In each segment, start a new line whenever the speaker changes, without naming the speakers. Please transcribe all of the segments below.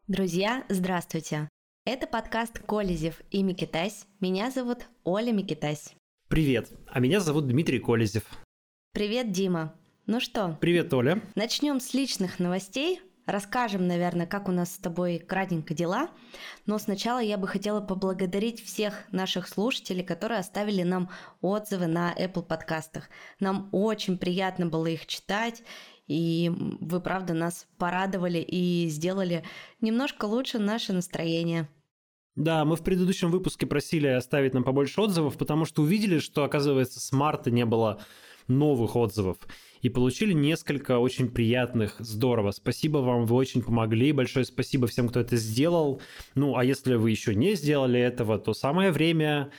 Друзья, здравствуйте! Это подкаст «Колезев и Микитась». Меня зовут Оля Микитась.
Привет, а меня зовут Дмитрий Колезев.
Привет, Дима. Ну что?
Привет, Оля.
Начнем с личных новостей. Расскажем, наверное, как у нас с тобой кратенько дела. Но сначала я бы хотела поблагодарить всех наших слушателей, которые оставили нам отзывы на Apple подкастах. Нам очень приятно было их читать. И вы, правда, нас порадовали и сделали немножко лучше наше настроение.
Да, мы в предыдущем выпуске просили оставить нам побольше отзывов, потому что увидели, что, оказывается, с марта не было новых отзывов. И получили несколько очень приятных. Здорово. Спасибо вам, вы очень помогли. Большое спасибо всем, кто это сделал. Ну, а если вы еще не сделали этого, то самое время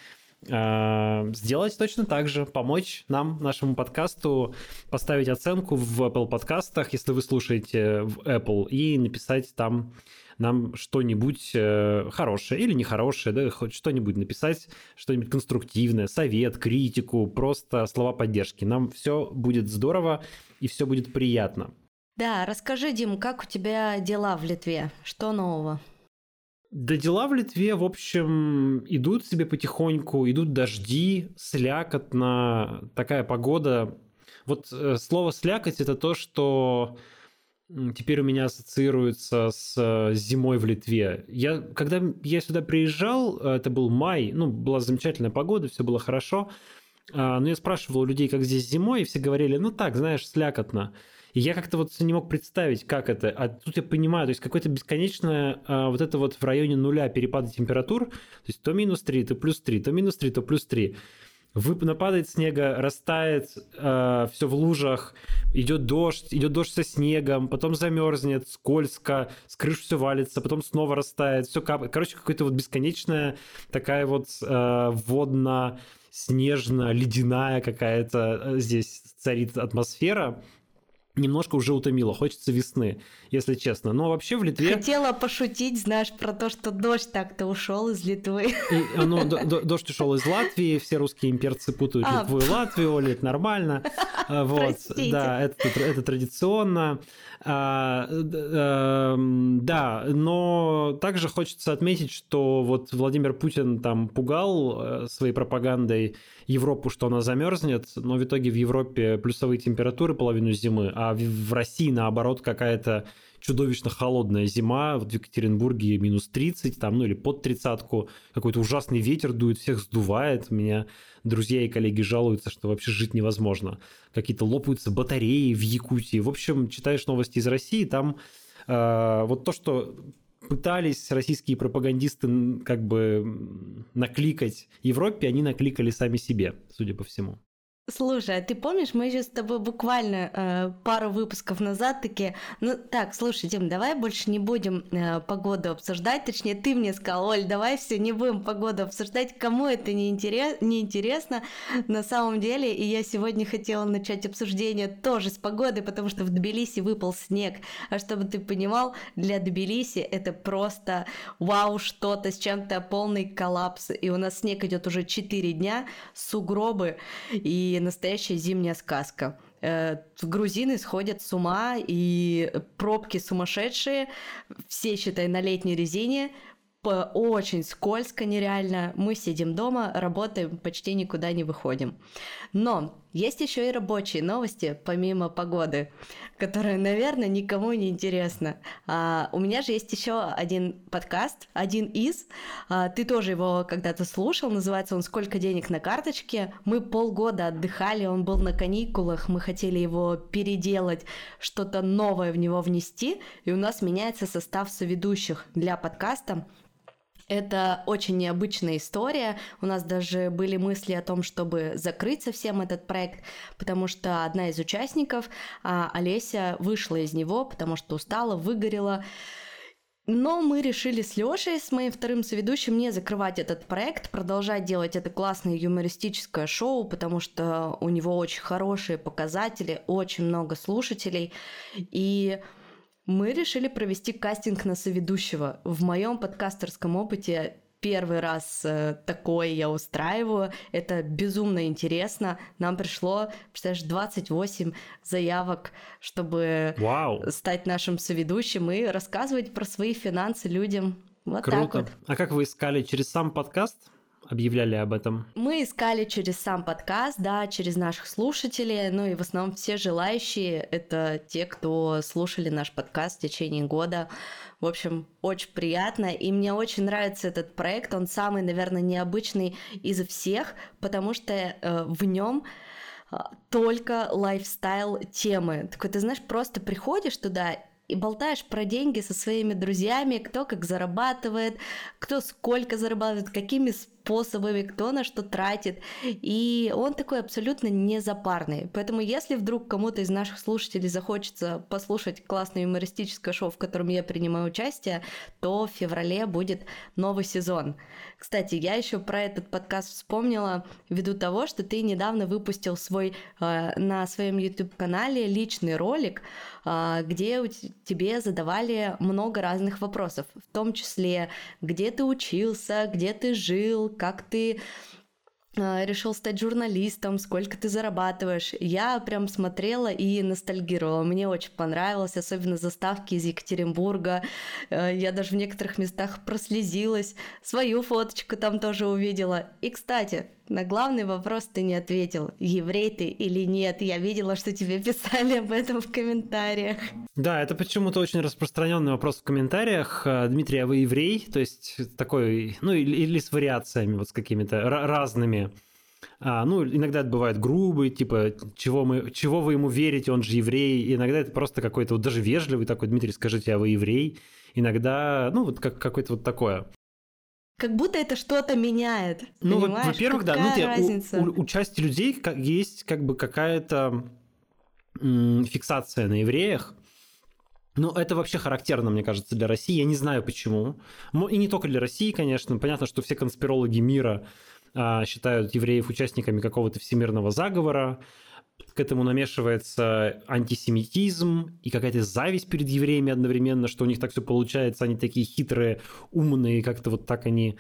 сделать точно так же, помочь нам, нашему подкасту, поставить оценку в Apple подкастах, если вы слушаете в Apple, и написать там нам что-нибудь хорошее или нехорошее, да, хоть что-нибудь написать, что-нибудь конструктивное, совет, критику, просто слова поддержки. Нам все будет здорово и все будет приятно.
Да, расскажи, Дим, как у тебя дела в Литве? Что нового?
Да, дела в Литве, в общем, идут себе потихоньку, идут дожди, слякотно, такая погода. Вот слово «слякоть» — это то, что теперь у меня ассоциируется с зимой в Литве. Когда я сюда приезжал, это был май, была замечательная погода, все было хорошо, но я спрашивал у людей, как здесь зимой, и все говорили, так, знаешь, слякотно. И я как-то вот не мог представить, как это. А тут я понимаю, то есть какое-то бесконечное вот это вот в районе нуля перепады температур, то есть то -3, то +3, то -3, то +3. Нападает снега, растает, все в лужах, идет дождь со снегом, потом замерзнет, скользко, с крыш все валится, потом снова растает, все капает. Короче, какая-то вот бесконечная такая вот водно-снежно-ледяная какая-то здесь царит атмосфера. Немножко уже утомило, хочется весны, если честно. Но вообще в Литве...
Хотела пошутить, знаешь, про то, что дождь так-то ушел из Литвы.
Дождь ушел из Латвии, все русские имперцы путают Литву и Латвию, Оля, это нормально. Вот, да, это традиционно. Да, но также хочется отметить, что вот Владимир Путин там пугал своей пропагандой Европу, что она замерзнет, но в итоге в Европе плюсовые температуры половину зимы, а в России, наоборот, какая-то чудовищно холодная зима. Вот в Екатеринбурге -30, там, или под 30-ку. Какой-то ужасный ветер дует, всех сдувает. У меня друзья и коллеги жалуются, что вообще жить невозможно. Какие-то лопаются батареи в Якутии. В общем, читаешь новости из России, там вот то, что пытались российские пропагандисты как бы накликать Европе, они накликали сами себе, судя по всему.
Слушай, а ты помнишь, мы еще с тобой буквально пару выпусков назад такие, слушай, Дим, давай больше не будем погоду обсуждать, точнее, ты мне сказал, Оль, давай все, не будем погоду обсуждать, кому это не интересно на самом деле, и я сегодня хотела начать обсуждение тоже с погоды, потому что в Тбилиси выпал снег, а чтобы ты понимал, для Тбилиси это просто вау что-то, с чем-то полный коллапс, и у нас снег идет уже 4 дня, сугробы, и настоящая зимняя сказка. Грузины сходят с ума, и пробки сумасшедшие, все, считай, на летней резине, очень скользко, нереально. Мы сидим дома, работаем, почти никуда не выходим. Но есть еще и рабочие новости, помимо погоды, которые, наверное, никому не интересны. У меня же есть еще один подкаст, один из. Ты тоже его когда-то слушал, называется он «Сколько денег на карточке?». Мы полгода отдыхали, он был на каникулах, мы хотели его переделать, что-то новое в него внести, и у нас меняется состав соведущих для подкаста. Это очень необычная история. У нас даже были мысли о том, чтобы закрыть совсем этот проект, потому что одна из участников, Олеся, вышла из него, потому что устала, выгорела. Но мы решили с Лёшей, с моим вторым соведущим, не закрывать этот проект, продолжать делать это классное юмористическое шоу, потому что у него очень хорошие показатели, очень много слушателей. И мы решили провести кастинг на соведущего. В моем подкастерском опыте первый раз такое я устраиваю. Это безумно интересно. Нам пришло, представляешь, 28 заявок, чтобы стать нашим соведущим и рассказывать про свои финансы людям. Вот
круто.
так вот.
А как вы искали? Через сам подкаст? Объявляли об этом?
Мы искали через сам подкаст, да, через наших слушателей, ну и в основном все желающие — это те, кто слушали наш подкаст в течение года. В общем, очень приятно, и мне очень нравится этот проект, он самый, наверное, необычный из всех, потому что в нем только лайфстайл темы. Такой, ты знаешь, просто приходишь туда и болтаешь про деньги со своими друзьями, кто как зарабатывает, кто сколько зарабатывает, какими способами, кто на что тратит. И он такой абсолютно незапарный. Поэтому если вдруг кому-то из наших слушателей захочется послушать классное юмористическое шоу, в котором я принимаю участие, то в феврале будет новый сезон. Кстати, я еще про этот подкаст вспомнила ввиду того, что ты недавно выпустил на своем YouTube-канале личный ролик, где тебе задавали много разных вопросов, в том числе, где ты учился, где ты жил, как ты решил стать журналистом, сколько ты зарабатываешь. Я прям смотрела и ностальгировала. Мне очень понравилось, особенно заставки из Екатеринбурга. Я даже в некоторых местах прослезилась. Свою фоточку там тоже увидела. И, кстати, на главный вопрос ты не ответил. Еврей ты или нет? Я видела, что тебе писали об этом в комментариях.
Да, это почему-то очень распространенный вопрос в комментариях. Дмитрий, а вы еврей? То есть такой, ну или с вариациями, вот с какими-то разными. Ну, иногда это бывает грубый, типа, чего вы ему верите, он же еврей. Иногда это просто какой-то вот даже вежливый такой: Дмитрий, скажите, а вы еврей? Иногда, ну, вот какое-то вот такое.
Как будто это что-то меняет.
Ну, вот,
понимаешь?
во-первых,
Какая
да, у части людей есть как бы какая-то фиксация на евреях. Ну, это вообще характерно, мне кажется, для России. Я не знаю, почему. И не только для России, конечно. Понятно, что все конспирологи мира считают евреев участниками какого-то всемирного заговора. К этому намешивается антисемитизм и какая-то зависть перед евреями одновременно, что у них так все получается, они такие хитрые, умные, как-то вот так они...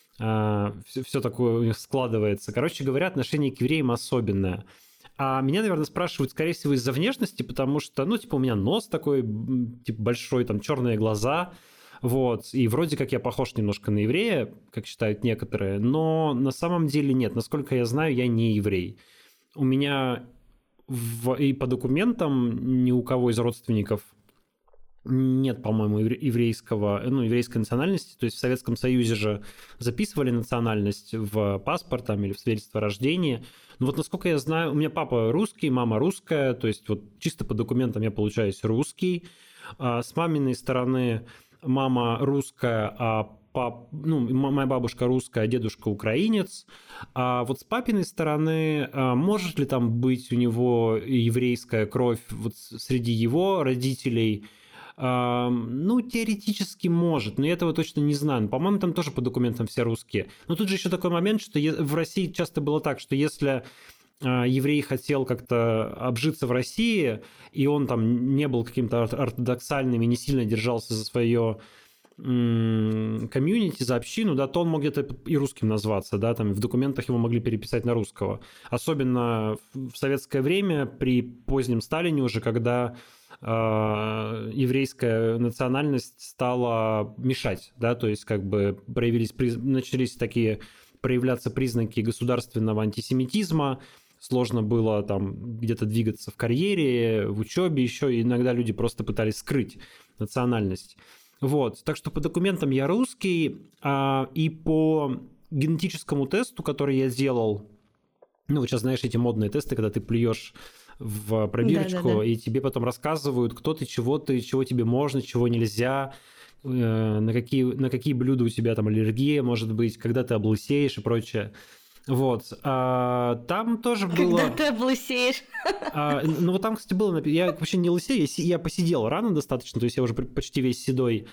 все такое у них складывается. Короче говоря, отношение к евреям особенное. А меня, наверное, спрашивают, скорее всего, из-за внешности, потому что, ну, типа, у меня нос такой, типа, большой, там, черные глаза, вот, и вроде как я похож немножко на еврея, как считают некоторые, но на самом деле нет. Насколько я знаю, я не еврей. У меня и по документам ни у кого из родственников нет, по-моему, еврейской национальности. То есть в Советском Союзе же записывали национальность в паспорт там, или в свидетельство о рождении. Но вот насколько я знаю, у меня папа русский, мама русская, то есть вот чисто по документам я получаюсь русский. С маминой стороны мама русская, моя бабушка русская, а дедушка украинец. А вот с папиной стороны, может ли там быть у него еврейская кровь вот среди его родителей? Ну, теоретически может, но я этого точно не знаю. По-моему, там тоже по документам все русские. Но тут же еще такой момент, что в России часто было так, что если еврей хотел как-то обжиться в России, и он там не был каким-то ортодоксальным и не сильно держался за свое комьюнити, за общину, да, то он мог где-то и русским назваться, да, там в документах его могли переписать на русского. Особенно в советское время, при позднем Сталине уже, когда еврейская национальность стала мешать, да, то есть как бы начались такие проявляться признаки государственного антисемитизма, сложно было там где-то двигаться в карьере, в учебе еще, и иногда люди просто пытались скрыть национальность. Вот, так что по документам я русский, и по генетическому тесту, который я делал, ну, вот сейчас, знаешь, эти модные тесты, когда ты плюешь в пробирочку, и тебе потом рассказывают, кто ты, чего тебе можно, чего нельзя, на какие блюда у тебя там аллергия может быть, когда ты облысеешь и прочее. Вот. Там тоже было...
Когда ты облысеешь.
Ну, вот там, кстати, было... Я вообще не лысею, я посидел рано достаточно, то есть я уже почти весь седой,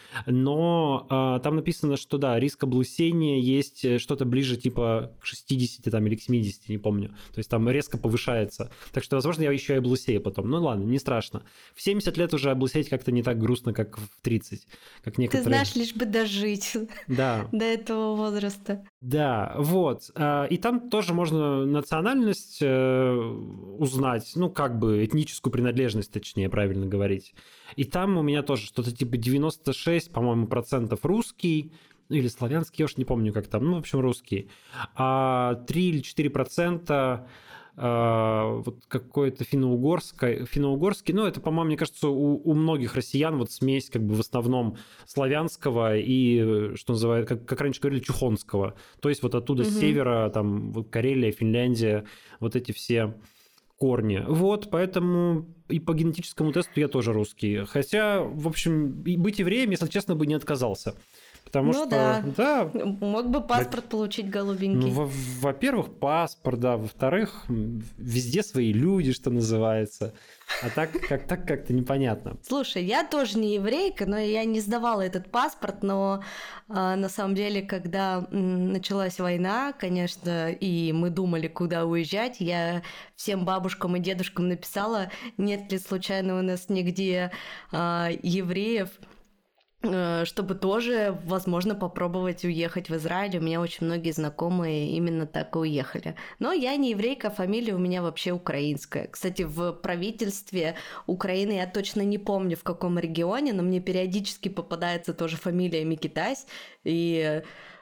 но там написано, что, да, риск облысения есть что-то ближе, типа, к 60 там, или к 70, не помню. То есть там резко повышается. Так что, возможно, я еще и облысею потом. Ну, ладно, не страшно. В 70 лет уже облысеть как-то не так грустно, как в 30. Как некоторые...
Ты знаешь, лишь бы дожить
до
этого возраста.
Да, вот. И там тоже можно национальность узнать, ну, как бы этническую принадлежность, точнее, правильно говорить. И там у меня тоже что-то типа 96, по-моему, процентов русский, или славянский, я уж не помню, как там, ну, в общем, русский. А 3 или 4% вот какой-то финно-угорский, ну, это, по-моему, мне кажется, у многих россиян вот смесь как бы в основном славянского и, что называют, как раньше говорили, чухонского. То есть вот оттуда с севера, там, вот Карелия, Финляндия, вот эти все корни. Вот, поэтому и по генетическому тесту я тоже русский. Хотя, в общем, быть евреем, если честно, бы не отказался. Потому
ну
что, да,
мог бы паспорт получить голубенький.
Ну, во-первых, паспорт, да, во-вторых, везде свои люди, что называется. А так как-то непонятно.
Слушай, я тоже не еврейка, но я не сдавала этот паспорт, но на самом деле, когда началась война, конечно, и мы думали, куда уезжать, я всем бабушкам и дедушкам написала, нет ли случайно у нас нигде евреев, чтобы тоже, возможно, попробовать уехать в Израиль. У меня очень многие знакомые именно так и уехали. Но я не еврейка, фамилия у меня вообще украинская. Кстати, в правительстве Украины я точно не помню, в каком регионе, но мне периодически попадается тоже фамилия Микитась, и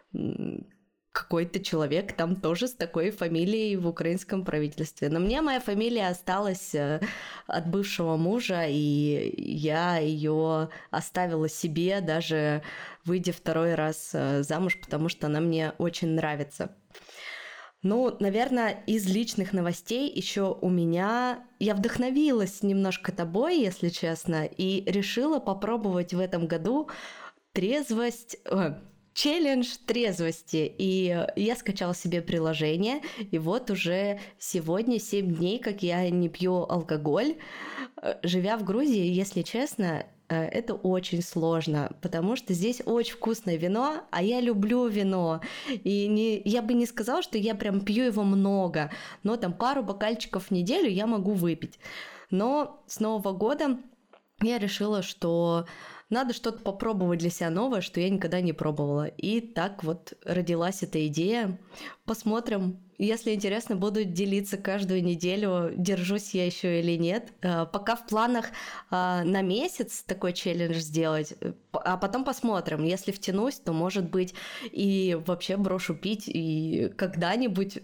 какой-то человек там тоже с такой фамилией в украинском правительстве. Но мне моя фамилия осталась от бывшего мужа, и я ее оставила себе, даже выйдя второй раз замуж, потому что она мне очень нравится. Ну, наверное, из личных новостей еще у меня... Я вдохновилась немножко тобой, если честно, и решила попробовать в этом году трезвость... челлендж трезвости. И я скачала себе приложение, и вот уже сегодня 7 дней, как я не пью алкоголь. Живя в Грузии, если честно, это очень сложно, потому что здесь очень вкусное вино, а я люблю вино. И я бы не сказала, что я прям пью его много, но там пару бокальчиков в неделю я могу выпить. Но с Нового года я решила, что надо что-то попробовать для себя новое, что я никогда не пробовала. И так вот родилась эта идея. Посмотрим. Если интересно, буду делиться каждую неделю, держусь я еще или нет. Пока в планах на месяц такой челлендж сделать, а потом посмотрим. Если втянусь, то, может быть, и вообще брошу пить, и когда-нибудь,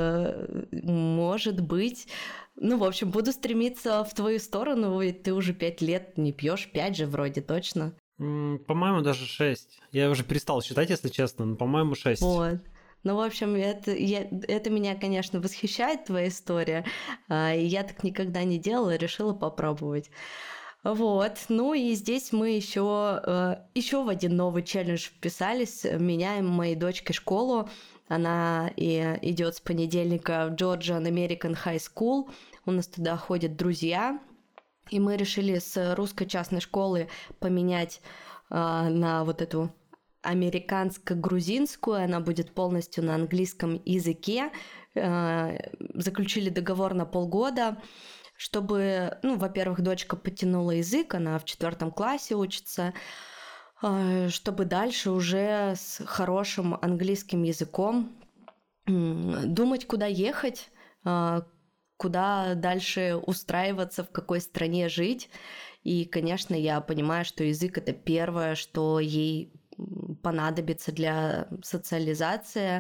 может быть... Ну, в общем, буду стремиться в твою сторону, ведь ты уже 5 лет не пьешь, 5 же вроде точно.
По-моему, даже 6. Я уже перестал считать, если честно, но, по-моему, 6.
Вот. Ну, в общем, это меня, конечно, восхищает, твоя история. Я так никогда не делала, решила попробовать. Вот, ну и здесь мы еще в один новый челлендж вписались, меняем моей дочке школу. Она идет с понедельника в Georgian American High School. У нас туда ходят друзья. И мы решили с русской частной школы поменять на вот эту американско-грузинскую. Она будет полностью на английском языке. Заключили договор на полгода, чтобы, ну, во-первых, дочка подтянула язык, она в 4 классе учится, чтобы дальше уже с хорошим английским языком думать, куда ехать, куда дальше устраиваться, в какой стране жить. И, конечно, я понимаю, что язык — это первое, что ей понадобится для социализации.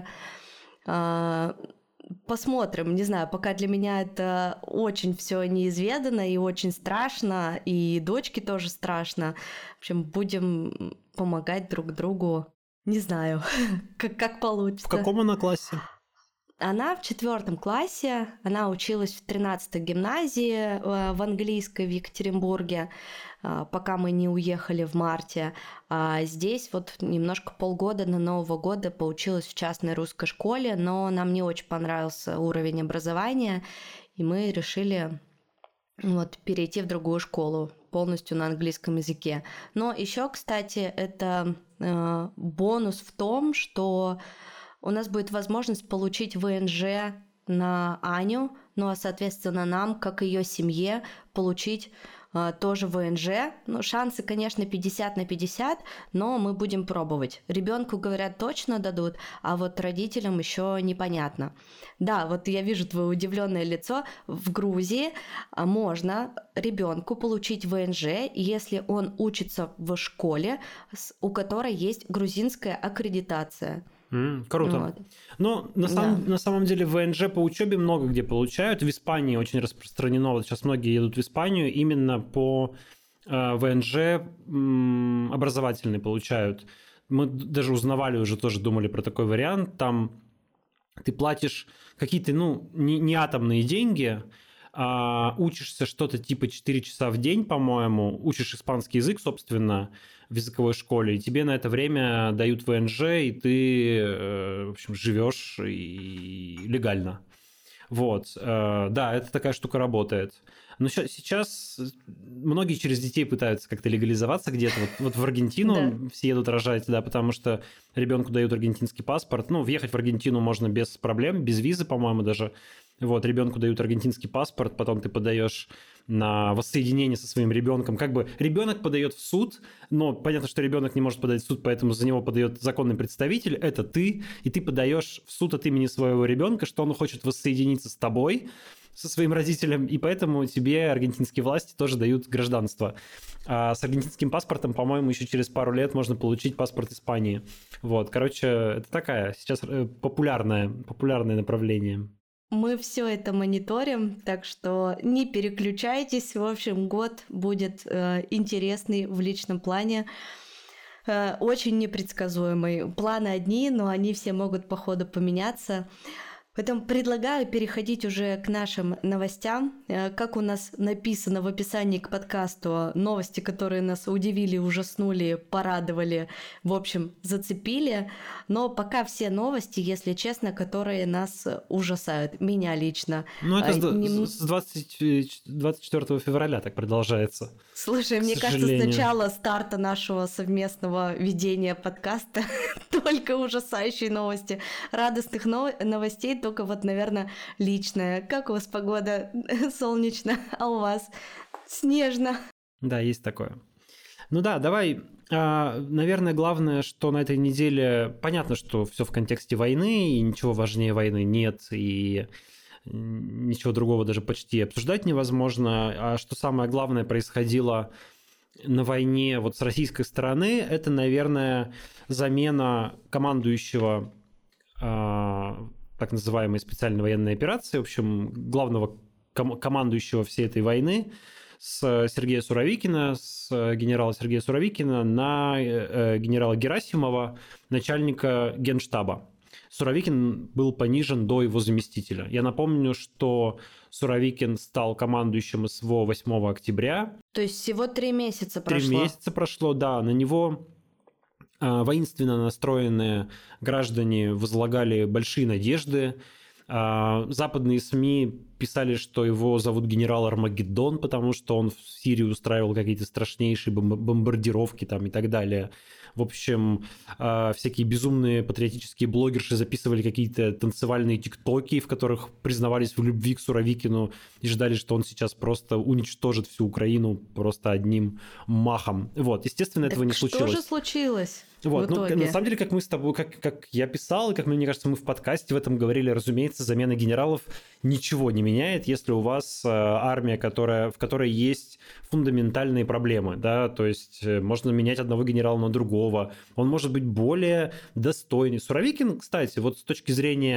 Посмотрим, не знаю, пока для меня это очень все неизведанно и очень страшно, и дочке тоже страшно. В общем, будем помогать друг другу. Не знаю, как получится.
В каком она классе?
Она в 4 классе, она училась в 13-й гимназии в английской в Екатеринбурге, пока мы не уехали в марте. А здесь вот немножко полгода на Нового года поучилась в частной русской школе, но нам не очень понравился уровень образования, и мы решили вот перейти в другую школу полностью на английском языке. Но еще, кстати, это бонус в том, что у нас будет возможность получить ВНЖ на Аню, ну а, соответственно, нам, как ее семье, получить тоже ВНЖ. Ну, шансы, конечно, 50/50, но мы будем пробовать. Ребенку, говорят, точно дадут, а вот родителям еще непонятно. Да, вот я вижу твое удивленное лицо. В Грузии можно ребенку получить ВНЖ, если он учится в школе, у которой есть грузинская аккредитация.
Круто.
Вот.
Но на самом деле ВНЖ по учебе много где получают. В Испании очень распространено. Вот сейчас многие едут в Испанию именно по ВНЖ образовательный получают. Мы даже узнавали, уже тоже думали про такой вариант. Там ты платишь какие-то, не атомные деньги, а учишься что-то типа 4 часа в день, по-моему, учишь испанский язык, собственно, в языковой школе, и тебе на это время дают ВНЖ, и ты, в общем, живешь и легально. Вот. Да, это такая штука работает. Но сейчас многие через детей пытаются как-то легализоваться где-то. Вот в Аргентину все едут рожать, да, потому что ребенку дают аргентинский паспорт. Ну, въехать в Аргентину можно без проблем, без визы, по-моему, даже. Вот, ребенку дают аргентинский паспорт, потом ты подаешь на воссоединение со своим ребенком. Как бы ребенок подает в суд, но понятно, что ребенок не может подать в суд, поэтому за него подает законный представитель, это ты, и ты подаешь в суд от имени своего ребенка, что он хочет воссоединиться с тобой, со своим родителем, и поэтому тебе аргентинские власти тоже дают гражданство. А с аргентинским паспортом, по-моему, еще через пару лет можно получить паспорт Испании. Вот, короче, это такая сейчас популярное направление.
Мы все это мониторим, так что не переключайтесь. В общем, год будет интересный в личном плане, очень непредсказуемый. Планы одни, но они все могут по ходу поменяться. Поэтому предлагаю переходить уже к нашим новостям. Как у нас написано в описании к подкасту, новости, которые нас удивили, ужаснули, порадовали, в общем, зацепили. Но пока все новости, если честно, которые нас ужасают, меня лично.
Ну, это с 24 февраля так продолжается.
Слушай, мне кажется, с начала старта нашего совместного ведения подкаста только ужасающие новости. Радостных новостей только вот, наверное, личное. Как у вас погода? Солнечно, а у вас снежно?
Да, есть такое. Ну да, давай. Наверное, главное, что на этой неделе понятно, что все в контексте войны, и ничего важнее войны нет, и ничего другого даже почти обсуждать невозможно. А что самое главное происходило на войне вот с российской стороны, это, наверное, замена командующего так называемой специальной военной операции, в общем, главного командующего всей этой войны с Сергея Суровикина, с генерала Сергея Суровикина на генерала Герасимова, начальника Генштаба. Суровикин был понижен до его заместителя. Я напомню, что Суровикин стал командующим СВО 8 октября.
То есть всего 3 месяца прошло.
3 месяца прошло, да. На него воинственно настроенные граждане возлагали большие надежды. Западные СМИ писали, что его зовут генерал Армагеддон, потому что он в Сирии устраивал какие-то страшнейшие бомбардировки там и так далее. В общем, всякие безумные патриотические блогерши записывали какие-то танцевальные тиктоки, в которых признавались в любви к Суровикину и ждали, что он сейчас просто уничтожит всю Украину просто одним махом. Вот, естественно, этого не случилось.
Что же случилось?
Вот, на самом деле, как мы с тобой, как я писал, и как мне кажется, мы в подкасте в этом говорили, разумеется, замена генералов ничего не меняет, если у вас армия, в которой есть фундаментальные проблемы, да, то есть можно менять одного генерала на другого, он может быть более достойный. Суровикин, кстати, вот с точки зрения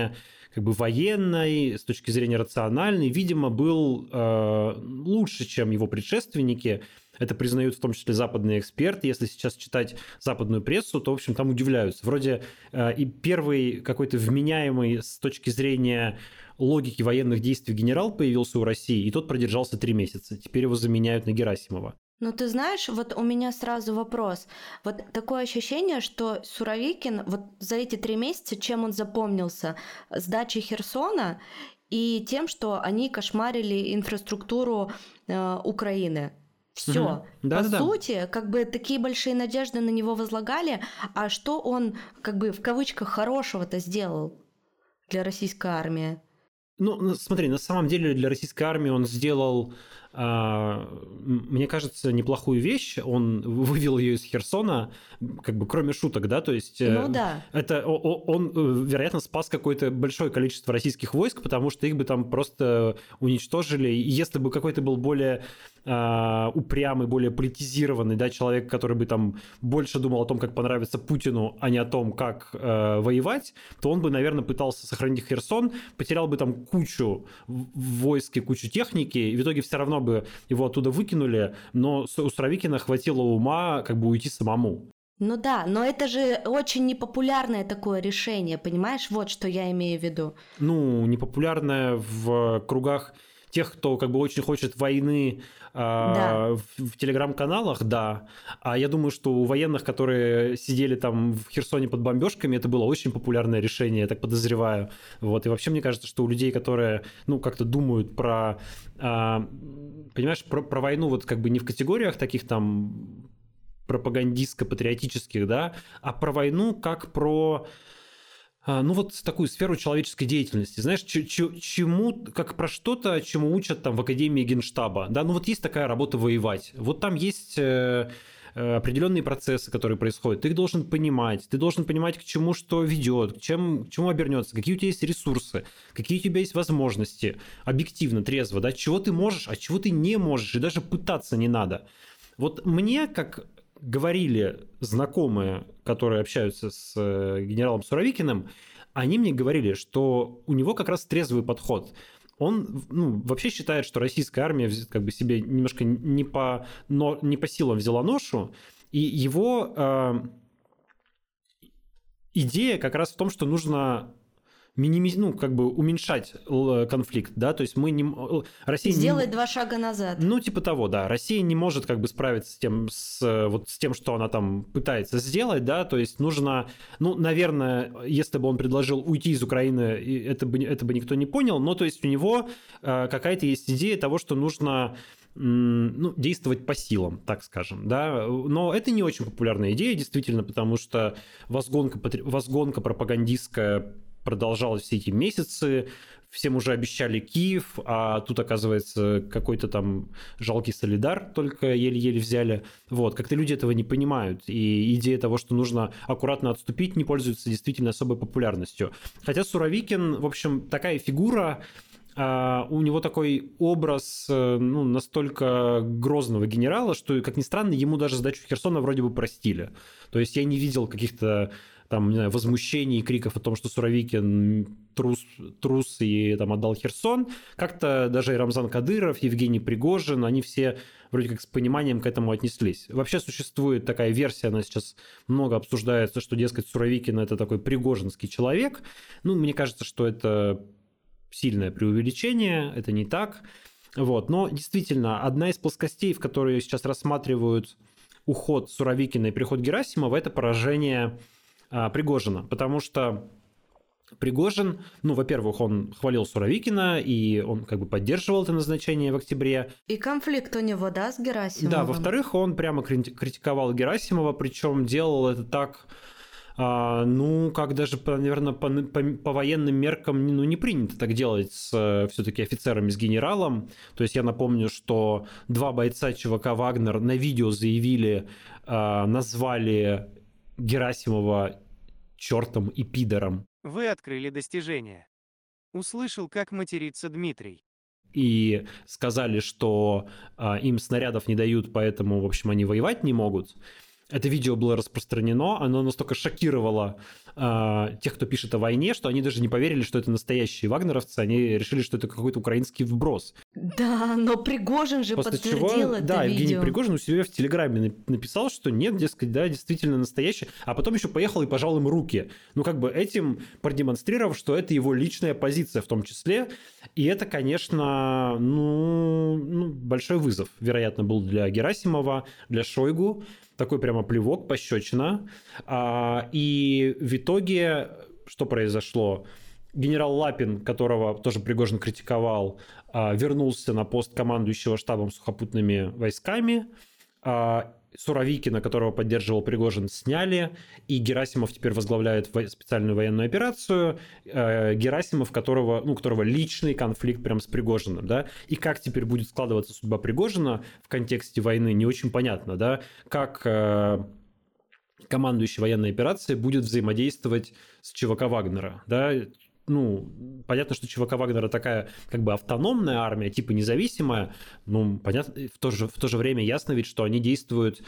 как бы военной, с точки зрения рациональной, видимо, был лучше, чем его предшественники. Это признают в том числе западные эксперты. Если сейчас читать западную прессу, то, в общем, там удивляются. Вроде и первый какой-то вменяемый с точки зрения логики военных действий генерал появился у России, и тот продержался 3 месяца. Теперь его заменяют на Герасимова.
Ну, ты знаешь, вот у меня сразу вопрос. Вот такое ощущение, что Суровикин вот за эти 3 месяца, чем он запомнился? Сдачей Херсона и тем, что они кошмарили инфраструктуру Украины. Все. По сути, как бы такие большие надежды на него возлагали, а что он, как бы в кавычках, хорошего-то сделал для российской армии?
Ну, смотри, на самом деле для российской армии он сделал, мне кажется, неплохую вещь. Он вывел ее из Херсона, как бы кроме шуток, да, то есть
да.
Это он, вероятно, спас какое-то большое количество российских войск, потому что их бы там просто уничтожили. И если бы какой-то был более упрямый, более политизированный, да, человек, который бы там больше думал о том, как понравится Путину, а не о том, как воевать, то он бы, наверное, пытался сохранить Херсон, потерял бы там кучу войск и кучу техники, и в итоге все равно бы его оттуда выкинули, но у Суровикина хватило ума как бы уйти самому.
Ну да, но это же очень непопулярное такое решение, понимаешь? Вот что я имею в виду.
Ну, непопулярное в кругах тех, кто как бы очень хочет войны в телеграм-каналах, да. А я думаю, что у военных, которые сидели там в Херсоне под бомбежками, это было очень популярное решение, я так подозреваю. Вот. И вообще мне кажется, что у людей, которые, ну, как-то думают про, понимаешь, про войну вот как бы не в категориях таких там пропагандистско-патриотических, да, а про войну как про... ну вот такую сферу человеческой деятельности, знаешь, чему, как про что-то, чему учат там в Академии Генштаба, да, ну вот есть такая работа воевать, вот там есть определенные процессы, которые происходят, ты их должен понимать, к чему что ведет, к чему обернется, какие у тебя есть ресурсы, какие у тебя есть возможности, объективно, трезво, да, чего ты можешь, а чего ты не можешь, и даже пытаться не надо. Вот мне, как говорили знакомые, которые общаются с генералом Суровикиным, они мне говорили, что у него как раз трезвый подход. Он вообще считает, что российская армия как бы себе немножко не по силам взяла ношу, и его идея как раз в том, что нужно как бы уменьшать конфликт, да, то есть мы не... Россия
сделать 2 шага назад.
Ну, типа того, да. Россия не может как бы справиться с тем, что она там пытается сделать, да, то есть нужно, ну, наверное, если бы он предложил уйти из Украины, это бы никто не понял, но то есть у него какая-то есть идея того, что нужно действовать по силам, так скажем, да, но это не очень популярная идея, действительно, потому что возгонка пропагандистская продолжалось все эти месяцы, всем уже обещали Киев, а тут, оказывается, какой-то там жалкий Солидар только еле-еле взяли. Вот, как-то люди этого не понимают, и идея того, что нужно аккуратно отступить, не пользуется действительно особой популярностью. Хотя Суровикин, в общем, такая фигура, у него такой образ настолько грозного генерала, что, как ни странно, ему даже сдачу Херсона вроде бы простили. То есть я не видел каких-то там, не знаю, возмущений и криков о том, что Суровикин трус и там отдал Херсон. Как-то даже и Рамзан Кадыров, Евгений Пригожин, они все вроде как с пониманием к этому отнеслись. Вообще существует такая версия, она сейчас много обсуждается, что, дескать, Суровикин – это такой пригожинский человек. Ну, мне кажется, что это сильное преувеличение, это не так. Вот. Но действительно, одна из плоскостей, в которой сейчас рассматривают уход Суровикина и приход Герасимова, это поражение Пригожина, потому что Пригожин, во-первых, он хвалил Суровикина, и он как бы поддерживал это назначение в октябре.
И конфликт у него, да, с Герасимовым?
Да, во-вторых, он прямо критиковал Герасимова, причем делал это так, как даже, наверное, по военным меркам не принято так делать с все-таки офицерами, с генералом. То есть я напомню, что 2 бойца ЧВК «Вагнер» на видео заявили, назвали Герасимова чертом и пидором.
Вы открыли достижение. Услышал, как матерится Дмитрий.
И сказали, что им снарядов не дают, поэтому, в общем, они воевать не могут. это видео было распространено, оно настолько шокировало тех, кто пишет о войне, что они даже не поверили, что это настоящие вагнеровцы, они решили, что это какой-то украинский вброс.
Да, но Пригожин же
После
подтвердил
чего,
это
да, Евгений
видео.
Пригожин у себя в Телеграме написал, что нет, дескать, да, действительно настоящий, а потом еще поехал и пожал им руки. Ну, как бы этим продемонстрировав, что это его личная позиция в том числе, и это, конечно, большой вызов, вероятно, был для Герасимова, для Шойгу, такой прямо плевок, пощечина. И в итоге что произошло? Генерал Лапин, которого тоже Пригожин критиковал, вернулся на пост командующего штабом сухопутными войсками. Суровикина, которого поддерживал Пригожин, сняли, и Герасимов теперь возглавляет специальную военную операцию. Герасимов, которого личный конфликт прям с Пригожиным, да, и как теперь будет складываться судьба Пригожина в контексте войны, не очень понятно, да, как командующий военной операцией будет взаимодействовать с ЧВК Вагнера, да. Понятно, что ЧВК Вагнера такая как бы автономная армия, типа независимая, понятно, в то же время ясно ведь, что они действуют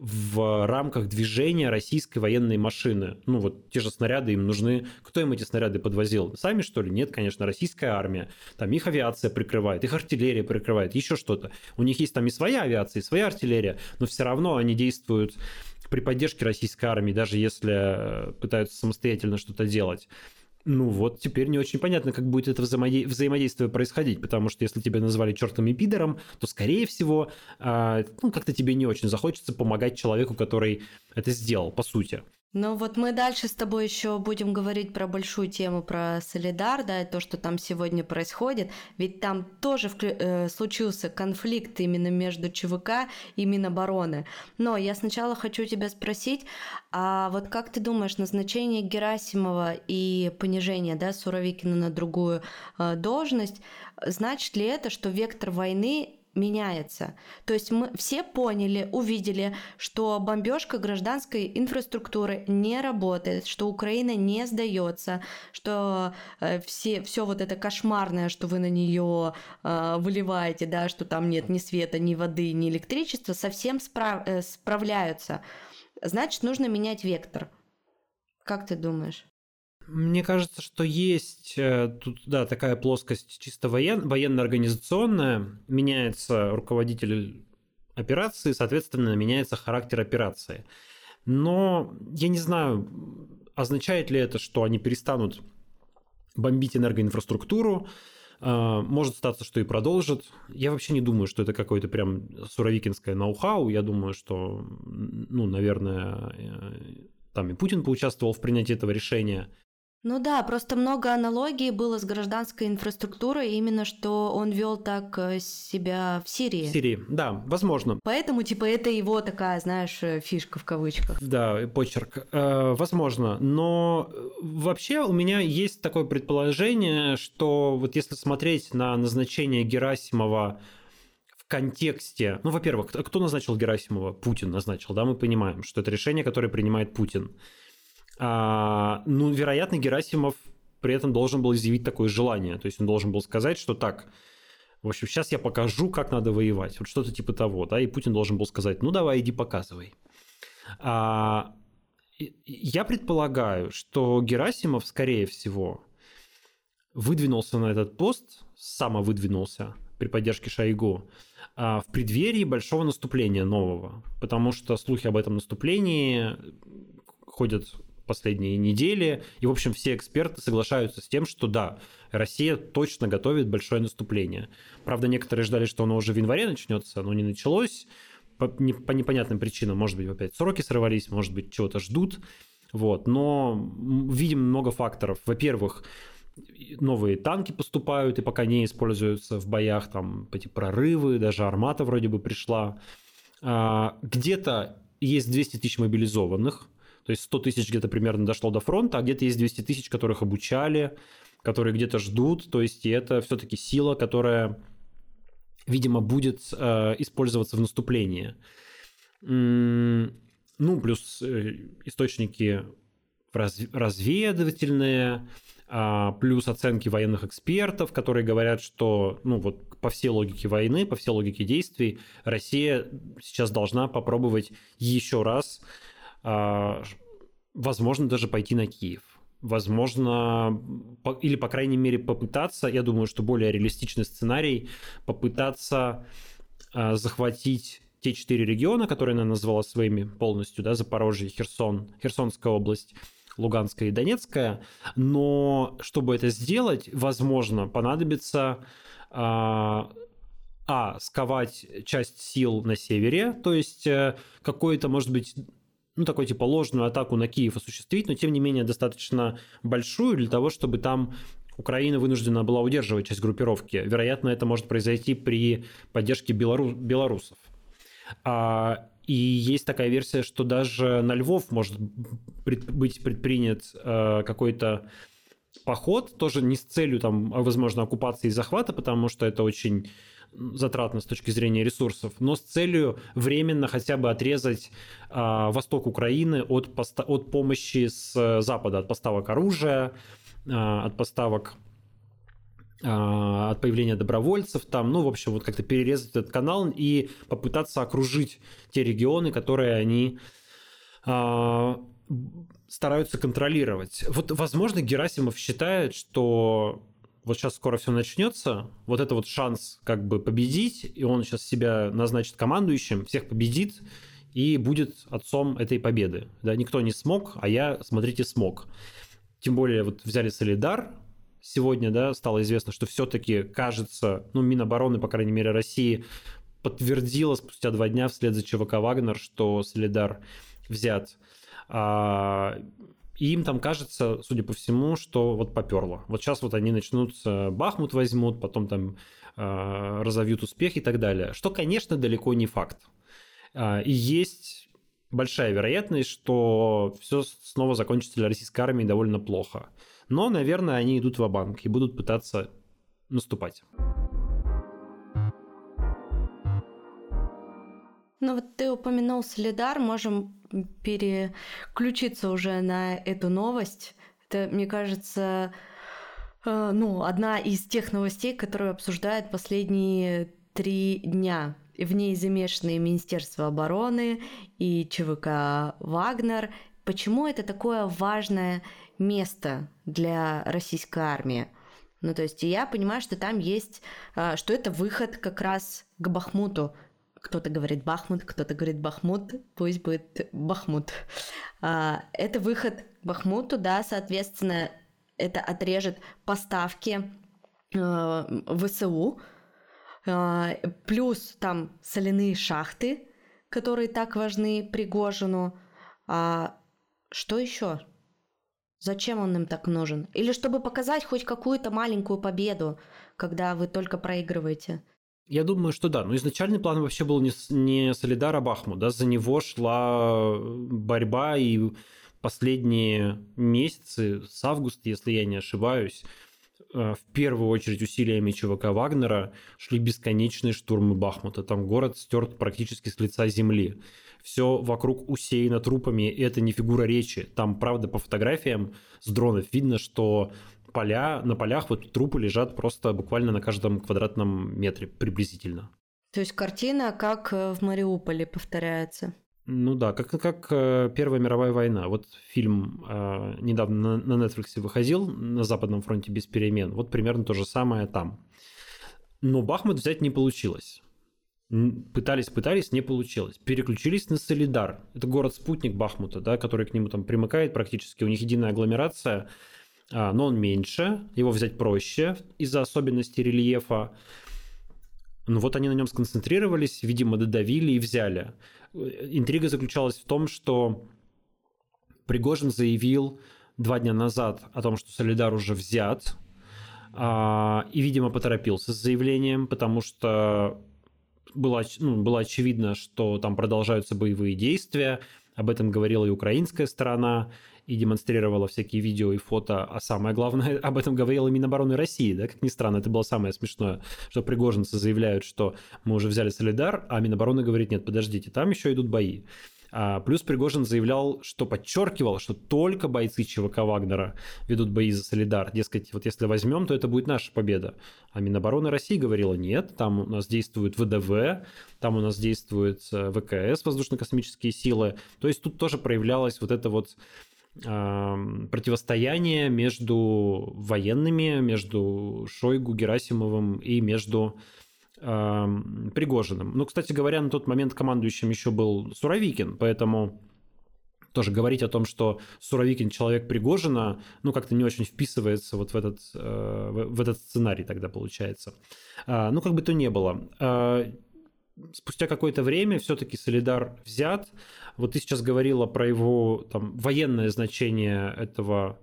в рамках движения российской военной машины. Те же снаряды им нужны. Кто им эти снаряды подвозил? Сами, что ли? Нет, конечно, российская армия. Там их авиация прикрывает, их артиллерия прикрывает, еще что-то. У них есть там и своя авиация, и своя артиллерия, но все равно они действуют при поддержке российской армии, даже если пытаются самостоятельно что-то делать. Теперь не очень понятно, как будет это взаимодействие происходить, потому что если тебя назвали чертом и пидором, то, скорее всего, как-то тебе не очень захочется помогать человеку, который это сделал, по сути.
Мы дальше с тобой еще будем говорить про большую тему, про Солидар, да, и то, что там сегодня происходит, ведь там тоже случился конфликт именно между ЧВК и Минобороны. Но я сначала хочу тебя спросить, а вот как ты думаешь, назначение Герасимова и понижение, да, Суровикина на другую должность, значит ли это, что вектор войны меняется? То есть мы все поняли, увидели, что бомбежка гражданской инфраструктуры не работает, что Украина не сдается, что все вот это кошмарное, что вы на нее выливаете, да, что там нет ни света, ни воды, ни электричества, совсем справляются. Значит, нужно менять вектор. Как ты думаешь?
Мне кажется, что есть тут, да, такая плоскость чисто военно-организационная. Меняется руководитель операции, соответственно, меняется характер операции. Но я не знаю, означает ли это, что они перестанут бомбить энергоинфраструктуру. Может статься, что и продолжат. Я вообще не думаю, что это какое-то прям суровикинское ноу-хау. Я думаю, что, наверное, там и Путин поучаствовал в принятии этого решения.
Да, просто много аналогий было с гражданской инфраструктурой, именно что он вел так себя в Сирии.
В Сирии, да, возможно.
Поэтому, это его такая, знаешь, фишка в кавычках.
Да, почерк. Возможно. Но вообще у меня есть такое предположение, что вот если смотреть на назначение Герасимова в контексте... во-первых, кто назначил Герасимова? Путин назначил, да, мы понимаем, что это решение, которое принимает Путин. Вероятно, Герасимов при этом должен был изъявить такое желание. То есть он должен был сказать, что так, в общем, сейчас я покажу, как надо воевать. Вот что-то типа того, да, и Путин должен был сказать, давай, иди показывай. Я предполагаю, что Герасимов, скорее всего, выдвинулся на этот пост, самовыдвинулся при поддержке Шойгу в преддверии большого наступления нового. Потому что слухи об этом наступлении ходят последние недели, и, в общем, все эксперты соглашаются с тем, что да, Россия точно готовит большое наступление. Правда, некоторые ждали, что оно уже в январе начнется, но не началось по непонятным причинам. Может быть, опять сроки сорвались, может быть, чего-то ждут. Но видим много факторов. Во-первых, новые танки поступают и пока не используются в боях, там эти прорывы, даже армата вроде бы пришла. Где-то есть 200 тысяч мобилизованных, то есть 100 тысяч где-то примерно дошло до фронта, а где-то есть 200 тысяч, которых обучали, которые где-то ждут. То есть и это все-таки сила, которая, видимо, будет использоваться в наступлении. Плюс источники разведывательные, плюс оценки военных экспертов, которые говорят, что вот по всей логике войны, по всей логике действий Россия сейчас должна попробовать еще раз, возможно, даже пойти на Киев. Возможно, или, по крайней мере, попытаться, я думаю, что более реалистичный сценарий, попытаться захватить те 4 региона, которые она назвала своими полностью, да, Запорожье, Херсон, Херсонская область, Луганская и Донецкая. Но чтобы это сделать, возможно, понадобится сковать часть сил на севере, то есть какой-то, может быть, такой типа ложную атаку на Киев осуществить, но тем не менее достаточно большую для того, чтобы там Украина вынуждена была удерживать часть группировки. Вероятно, это может произойти при поддержке белорусов. И есть такая версия, что даже на Львов может быть предпринят какой-то поход, тоже не с целью, возможно, оккупации и захвата, потому что это очень затратно с точки зрения ресурсов, но с целью временно хотя бы отрезать восток Украины от помощи с запада, от поставок оружия, от поставок, от появления добровольцев, в общем, вот как-то перерезать этот канал и попытаться окружить те регионы, которые они стараются контролировать. Вот, возможно, Герасимов считает, что вот сейчас скоро все начнется, вот это вот шанс как бы победить, и он сейчас себя назначит командующим, всех победит и будет отцом этой победы. Да, никто не смог, а я, смотрите, смог. Тем более вот взяли Солидар сегодня, да, стало известно, что все-таки, кажется, Минобороны, по крайней мере, России подтвердила спустя 2 дня вслед за ЧВК «Вагнер», что Солидар взят. И им там кажется, судя по всему, что вот поперло. Вот сейчас вот они начнут Бахмут возьмут, потом там разовьют успех и так далее. Что, конечно, далеко не факт. И есть большая вероятность, что все снова закончится для российской армии довольно плохо. Но, наверное, они идут ва-банк и будут пытаться наступать.
Вот ты упомянул Солидар, можем переключиться уже на эту новость. Это, мне кажется, одна из тех новостей, которые обсуждают последние 3 дня. В ней замешаны Министерство обороны и ЧВК «Вагнер». Почему это такое важное место для российской армии? То есть я понимаю, что там есть, что это выход как раз к Бахмуту. Кто-то говорит Бахмут, кто-то говорит Бахмут, пусть будет Бахмут. Это выход к Бахмуту, да, соответственно, это отрежет поставки ВСУ, плюс там соляные шахты, которые так важны Пригожину. Что еще? Зачем он им так нужен? Или чтобы показать хоть какую-то маленькую победу, когда вы только проигрываете?
Я думаю, что да. Но изначальный план вообще был не Солидар, а Бахмут. Да? За него шла борьба, и последние месяцы, с августа, если я не ошибаюсь, в первую очередь усилиями ЧВК «Вагнера» шли бесконечные штурмы Бахмута. Там город стерт практически с лица земли. Все вокруг усеяно трупами, и это не фигура речи. Там, правда, по фотографиям с дронов видно, что на полях вот трупы лежат просто буквально на каждом квадратном метре приблизительно.
То есть картина как в Мариуполе повторяется?
Да, как Первая мировая война. Вот фильм недавно на Netflix выходил, «На Западном фронте без перемен». Вот примерно то же самое там. Но Бахмут взять не получилось. Пытались, не получилось. Переключились на Солидар. Это город-спутник Бахмута, да, который к нему там примыкает практически. У них единая агломерация, но он меньше, его взять проще из-за особенностей рельефа. Вот они на нем сконцентрировались, видимо, додавили и взяли. Интрига заключалась в том, что Пригожин заявил 2 дня назад о том, что Солидар уже взят, и, видимо, поторопился с заявлением, потому что было очевидно, что там продолжаются боевые действия. Об этом говорила и украинская сторона, и демонстрировала всякие видео и фото, а самое главное, об этом говорила Минобороны России, да, как ни странно, это было самое смешное, что пригожинцы заявляют, что мы уже взяли Солидар, а Минобороны говорит, нет, подождите, там еще идут бои. Плюс Пригожин заявлял, что подчеркивал, что только бойцы ЧВК Вагнера ведут бои за Солидар. Дескать, вот если возьмем, то это будет наша победа. А Минобороны России говорила, нет, там у нас действует ВДВ, там у нас действует ВКС, воздушно-космические силы. То есть тут тоже проявлялось вот это вот противостояние между военными, между Шойгу, Герасимовым и между Пригожиным. Ну, кстати говоря, на тот момент командующим еще был Суровикин, поэтому тоже говорить о том, что Суровикин человек Пригожина, ну, как-то не очень вписывается вот в этот сценарий тогда получается. Ну, как бы то ни было. Спустя какое-то время все-таки Солидар взят. Вот ты сейчас говорила про его там, военное значение этого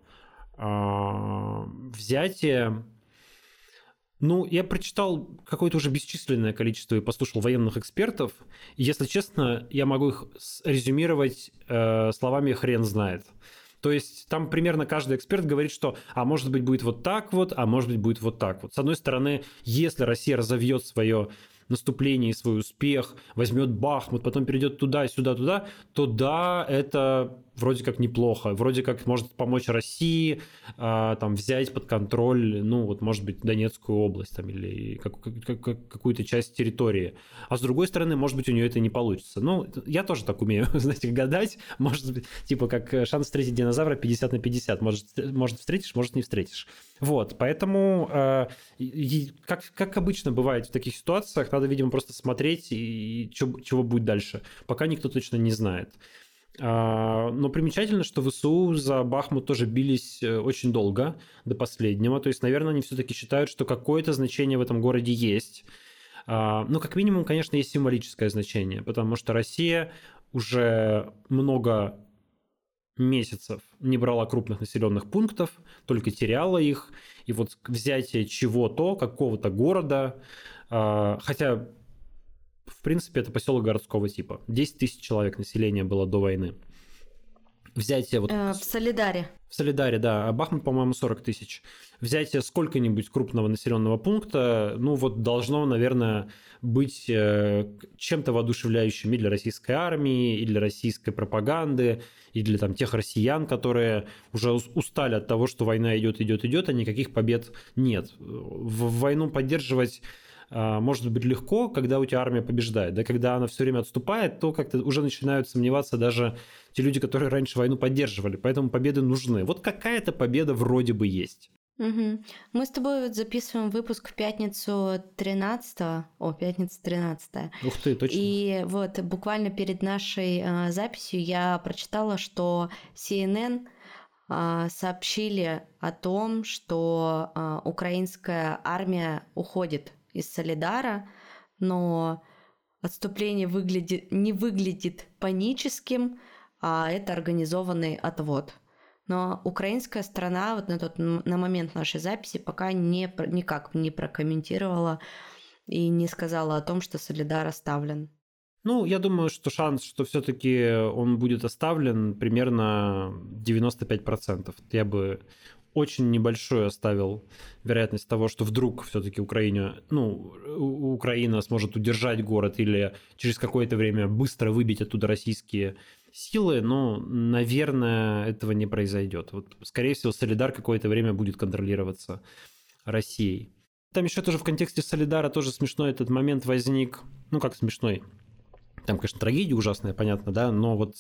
взятия. Ну, я прочитал какое-то уже бесчисленное количество и послушал военных экспертов. И, если честно, я могу их резюмировать словами «хрен знает». То есть там примерно каждый эксперт говорит, что может быть будет вот так вот, а может быть будет вот так вот. С одной стороны, если Россия разовьет свое наступление и свой успех, возьмет Бахмут, потом перейдет туда, сюда, туда, то да, это вроде как неплохо, вроде как может помочь России там, взять под контроль, ну вот может быть Донецкую область там, или какую-то часть территории. А с другой стороны, может быть у нее это не получится. Ну, я тоже так умею, знаете, гадать, может быть, типа как шанс встретить динозавра 50 на 50, может встретишь, может не встретишь. Вот, поэтому, как обычно бывает в таких ситуациях, надо, видимо, просто смотреть, и чего будет дальше. Пока никто точно не знает. Но примечательно, что ВСУ за Бахмут тоже бились очень долго, до последнего. То есть, наверное, они все-таки считают, что какое-то значение в этом городе есть. Но, как минимум, конечно, есть символическое значение, потому что Россия уже много месяцев не брала крупных населенных пунктов, только теряла их. И вот взятие чего-то, какого-то города, хотя, в принципе, это поселок городского типа. 10 тысяч человек населения было до войны. Взятие вот...
В Солидаре.
В Солидаре, да. А Бахмут, по-моему, 40 тысяч. Взятие сколько-нибудь крупного населенного пункта, ну вот должно, наверное, быть чем-то воодушевляющим и для российской армии, и для российской пропаганды, и для там, тех россиян, которые уже устали от того, что война идет, а никаких побед нет. В войну поддерживать может быть легко, когда у тебя армия побеждает. Да? Когда она все время отступает, то как-то уже начинают сомневаться даже те люди, которые раньше войну поддерживали. Поэтому победы нужны. Вот какая-то победа вроде бы есть.
Угу. Мы с тобой вот записываем выпуск в пятницу 13. Пятница 13.
Ух ты, точно.
И вот буквально перед нашей записью я прочитала, что CNN сообщили о том, что украинская армия уходит из Солидара, но отступление не выглядит паническим, а это организованный отвод. Но украинская сторона вот на момент нашей записи пока никак не прокомментировала и не сказала о том, что Солидар оставлен.
Ну, я думаю, что шанс, что все-таки он будет оставлен, примерно 95%. Я бы очень небольшую оставил вероятность того, что вдруг все-таки Украина сможет удержать город или через какое-то время быстро выбить оттуда российские силы, но, наверное, этого не произойдет. Вот, скорее всего, Солидар какое-то время будет контролироваться Россией. Там еще тоже в контексте Солидара тоже смешной этот момент возник. Ну, как смешной? Там, конечно, трагедия ужасная, понятно, да, но вот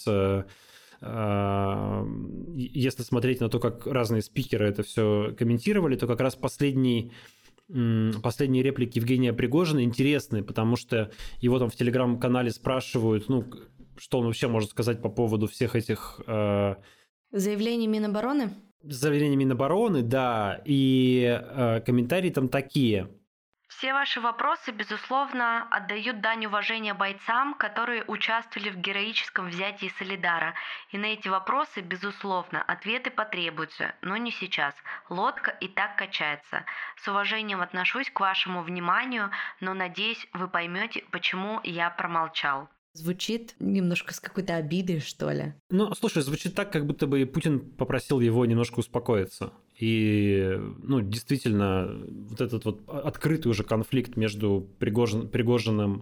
если смотреть на то, как разные спикеры это все комментировали, то как раз последние реплики Евгения Пригожина интересные, потому что его там в телеграм-канале спрашивают, что он вообще может сказать по поводу всех этих...
Заявлений Минобороны?
Заявления Минобороны, да, и комментарии там такие...
Все ваши вопросы, безусловно, отдают дань уважения бойцам, которые участвовали в героическом взятии Солидара. И на эти вопросы, безусловно, ответы потребуются, но не сейчас. Лодка и так качается. С уважением отношусь к вашему вниманию, но надеюсь, вы поймете, почему я промолчал. Звучит немножко с какой-то обидой, что ли.
Ну, слушай, звучит так, как будто бы Путин попросил его немножко успокоиться. И, действительно, вот этот вот открытый уже конфликт между Пригожиным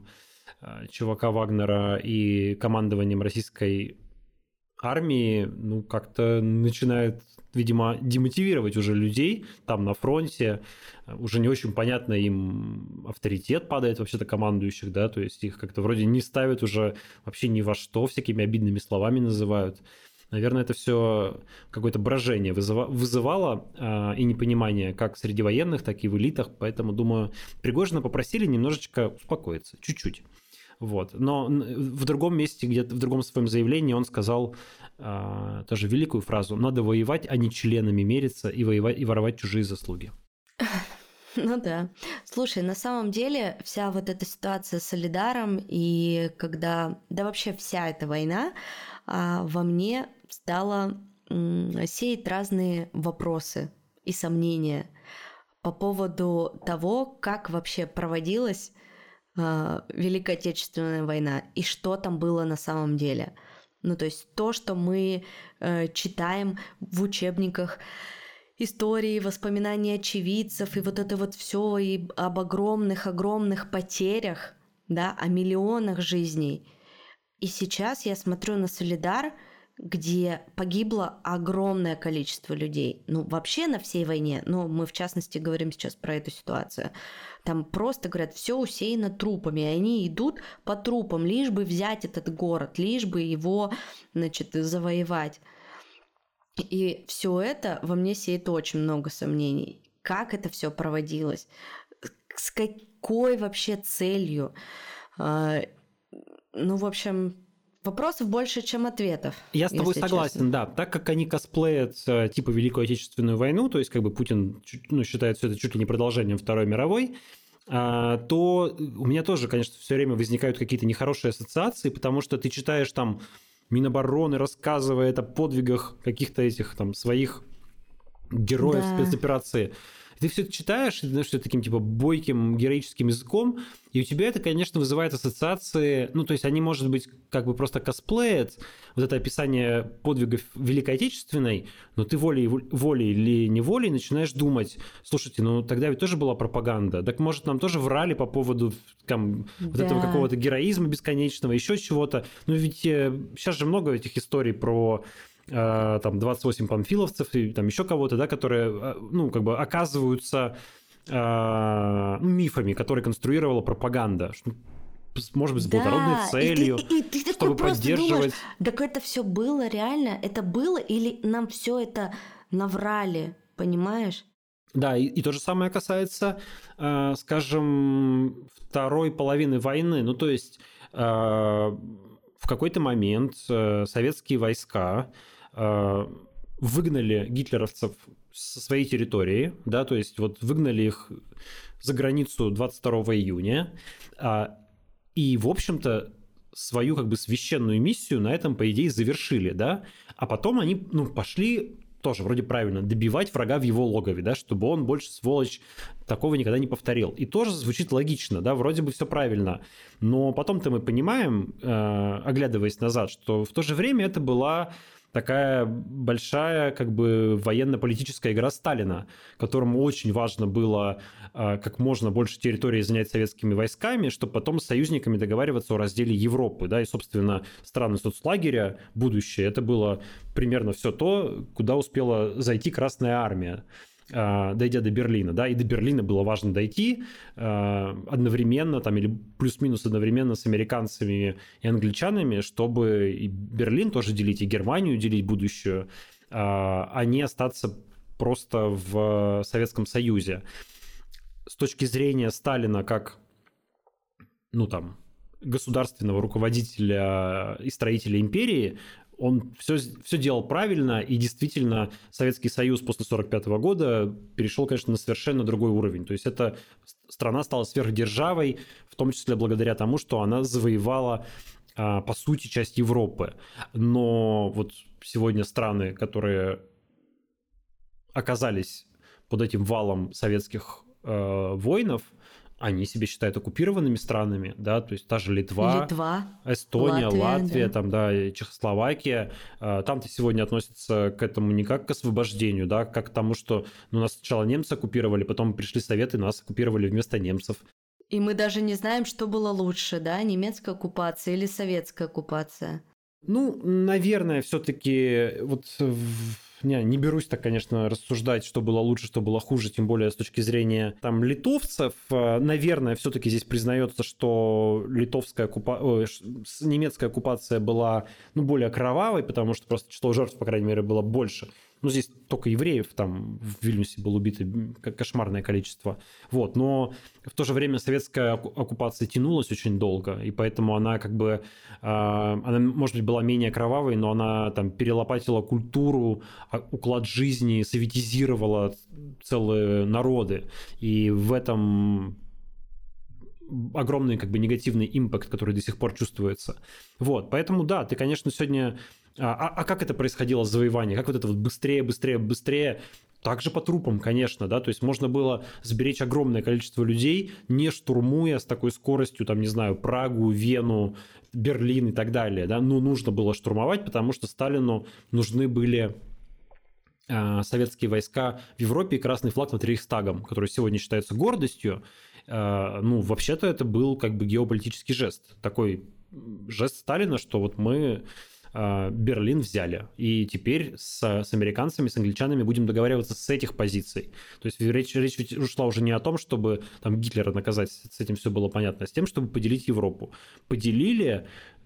чувака Вагнера и командованием российской армии, ну, как-то начинает, видимо, демотивировать уже людей там на фронте. Уже не очень понятно, им авторитет падает вообще-то командующих, да, то есть их как-то вроде не ставят уже вообще ни во что, всякими обидными словами называют. Наверное, это все какое-то брожение вызывало и непонимание как среди военных, так и в элитах, поэтому, думаю, Пригожина попросили немножечко успокоиться, чуть-чуть. Вот. Но в другом месте, где-то в другом своем заявлении он сказал тоже великую фразу: «Надо воевать, а не членами мериться и воевать, и воровать чужие заслуги».
Ну да. Слушай, на самом деле вся вот эта ситуация с Солидаром и когда... Да вообще вся эта война во мне стала сеять разные вопросы и сомнения по поводу того, как вообще проводилась Великая Отечественная война и что там было на самом деле. Ну, то есть то, что мы читаем в учебниках истории, воспоминания очевидцев, и вот это вот все, и об огромных потерях, да, о миллионах жизней. И сейчас я смотрю на Солидар, где погибло огромное количество людей. Ну, вообще на всей войне, но мы в частности говорим сейчас про эту ситуацию. Там просто, говорят, все усеяно трупами, и они идут по трупам, лишь бы взять этот город, лишь бы его, значит, завоевать. И все это во мне сеет очень много сомнений. Как это все проводилось? С какой вообще целью? Ну, в общем, вопросов больше, чем ответов.
Я с тобой согласен, честно. Да. Так как они косплеят типа Великую Отечественную войну, то есть как бы Путин считает все это чуть ли не продолжением Второй мировой, то у меня тоже, конечно, все время возникают какие-то нехорошие ассоциации, потому что ты читаешь там Минобороны рассказывает о подвигах каких-то этих там своих героев спецоперации. Ты все это читаешь, ты знаешь, что таким типа бойким, героическим языком, и у тебя это, конечно, вызывает ассоциации, ну, то есть они, может быть, как бы просто косплеят вот это описание подвигов Великой Отечественной, но ты волей или неволей начинаешь думать: слушайте, ну, тогда ведь тоже была пропаганда, так, может, нам тоже врали по поводу там, вот этого какого-то героизма бесконечного, еще чего-то. Ну, ведь сейчас же много этих историй про там 28 панфиловцев и там еще кого-то, да, которые, ну, как бы оказываются мифами, которые конструировала пропаганда. Может быть, с благородной целью,
и ты
чтобы поддерживать...
Думаешь, так это все было реально? Это было или нам все это наврали, понимаешь?
Да, и то же самое касается, скажем, второй половины войны. Ну, то есть в какой-то момент советские войска выгнали гитлеровцев со своей территории, да, то есть вот выгнали их за границу 22 июня, и, в общем-то, свою как бы священную миссию на этом, по идее, завершили, да, а потом они, ну, пошли тоже вроде правильно добивать врага в его логове, да, чтобы он больше, сволочь, такого никогда не повторил. И тоже звучит логично, да, вроде бы все правильно, но потом-то мы понимаем, оглядываясь назад, что в то же время это была такая большая как бы военно-политическая игра Сталина, которому очень важно было как можно больше территории занять советскими войсками, чтобы потом с союзниками договариваться о разделе Европы, да, и, собственно, страны соцлагеря, будущее, это было примерно все то, куда успела зайти Красная Армия, дойдя до Берлина, да, и до Берлина было важно дойти одновременно, там, или плюс-минус одновременно с американцами и англичанами, чтобы и Берлин тоже делить, и Германию делить будущую, а не остаться просто в Советском Союзе. С точки зрения Сталина как, ну, там, государственного руководителя и строителя империи, он все делал правильно, и действительно Советский Союз после 1945 года перешел, конечно, на совершенно другой уровень. То есть эта страна стала сверхдержавой, в том числе благодаря тому, что она завоевала, по сути, часть Европы. Но вот сегодня страны, которые оказались под этим валом советских воинов, они себя считают оккупированными странами, да, то есть та же Литва, Эстония, Латвия, да. Там, да, Чехословакия, там-то сегодня относятся к этому не как к освобождению, да, как к тому, что, ну, нас сначала немцы оккупировали, потом пришли советы, нас оккупировали вместо немцев.
И мы даже не знаем, что было лучше, да, немецкая оккупация или советская оккупация.
Ну, наверное, все-таки не берусь так, конечно, рассуждать, что было лучше, что было хуже, тем более с точки зрения там литовцев. Наверное, все-таки здесь признается, что немецкая оккупация была более кровавой, потому что просто число жертв, по крайней мере, было больше. Ну, здесь только евреев, там в Вильнюсе было убито кошмарное количество. Вот. Но в то же время советская оккупация тянулась очень долго, и поэтому она она, может быть, была менее кровавой, но она там перелопатила культуру, уклад жизни, советизировала целые народы. И в этом огромный негативный импакт, который до сих пор чувствуется. Вот. Поэтому, да, ты, конечно, сегодня... А как это происходило завоевание? Как вот это быстрее? Также по трупам, конечно, да, то есть можно было сберечь огромное количество людей, не штурмуя с такой скоростью, там, не знаю, Прагу, Вену, Берлин и так далее, да, но нужно было штурмовать, потому что Сталину нужны были советские войска в Европе и красный флаг над Рейхстагом, который сегодня считается гордостью. Вообще-то это был геополитический жест, такой жест Сталина, что вот мы Берлин взяли, и теперь с американцами, с англичанами будем договариваться с этих позиций. То есть речь ведь ушла уже не о том, чтобы там Гитлера наказать, с этим все было понятно, а с тем, чтобы поделить Европу. Поделили,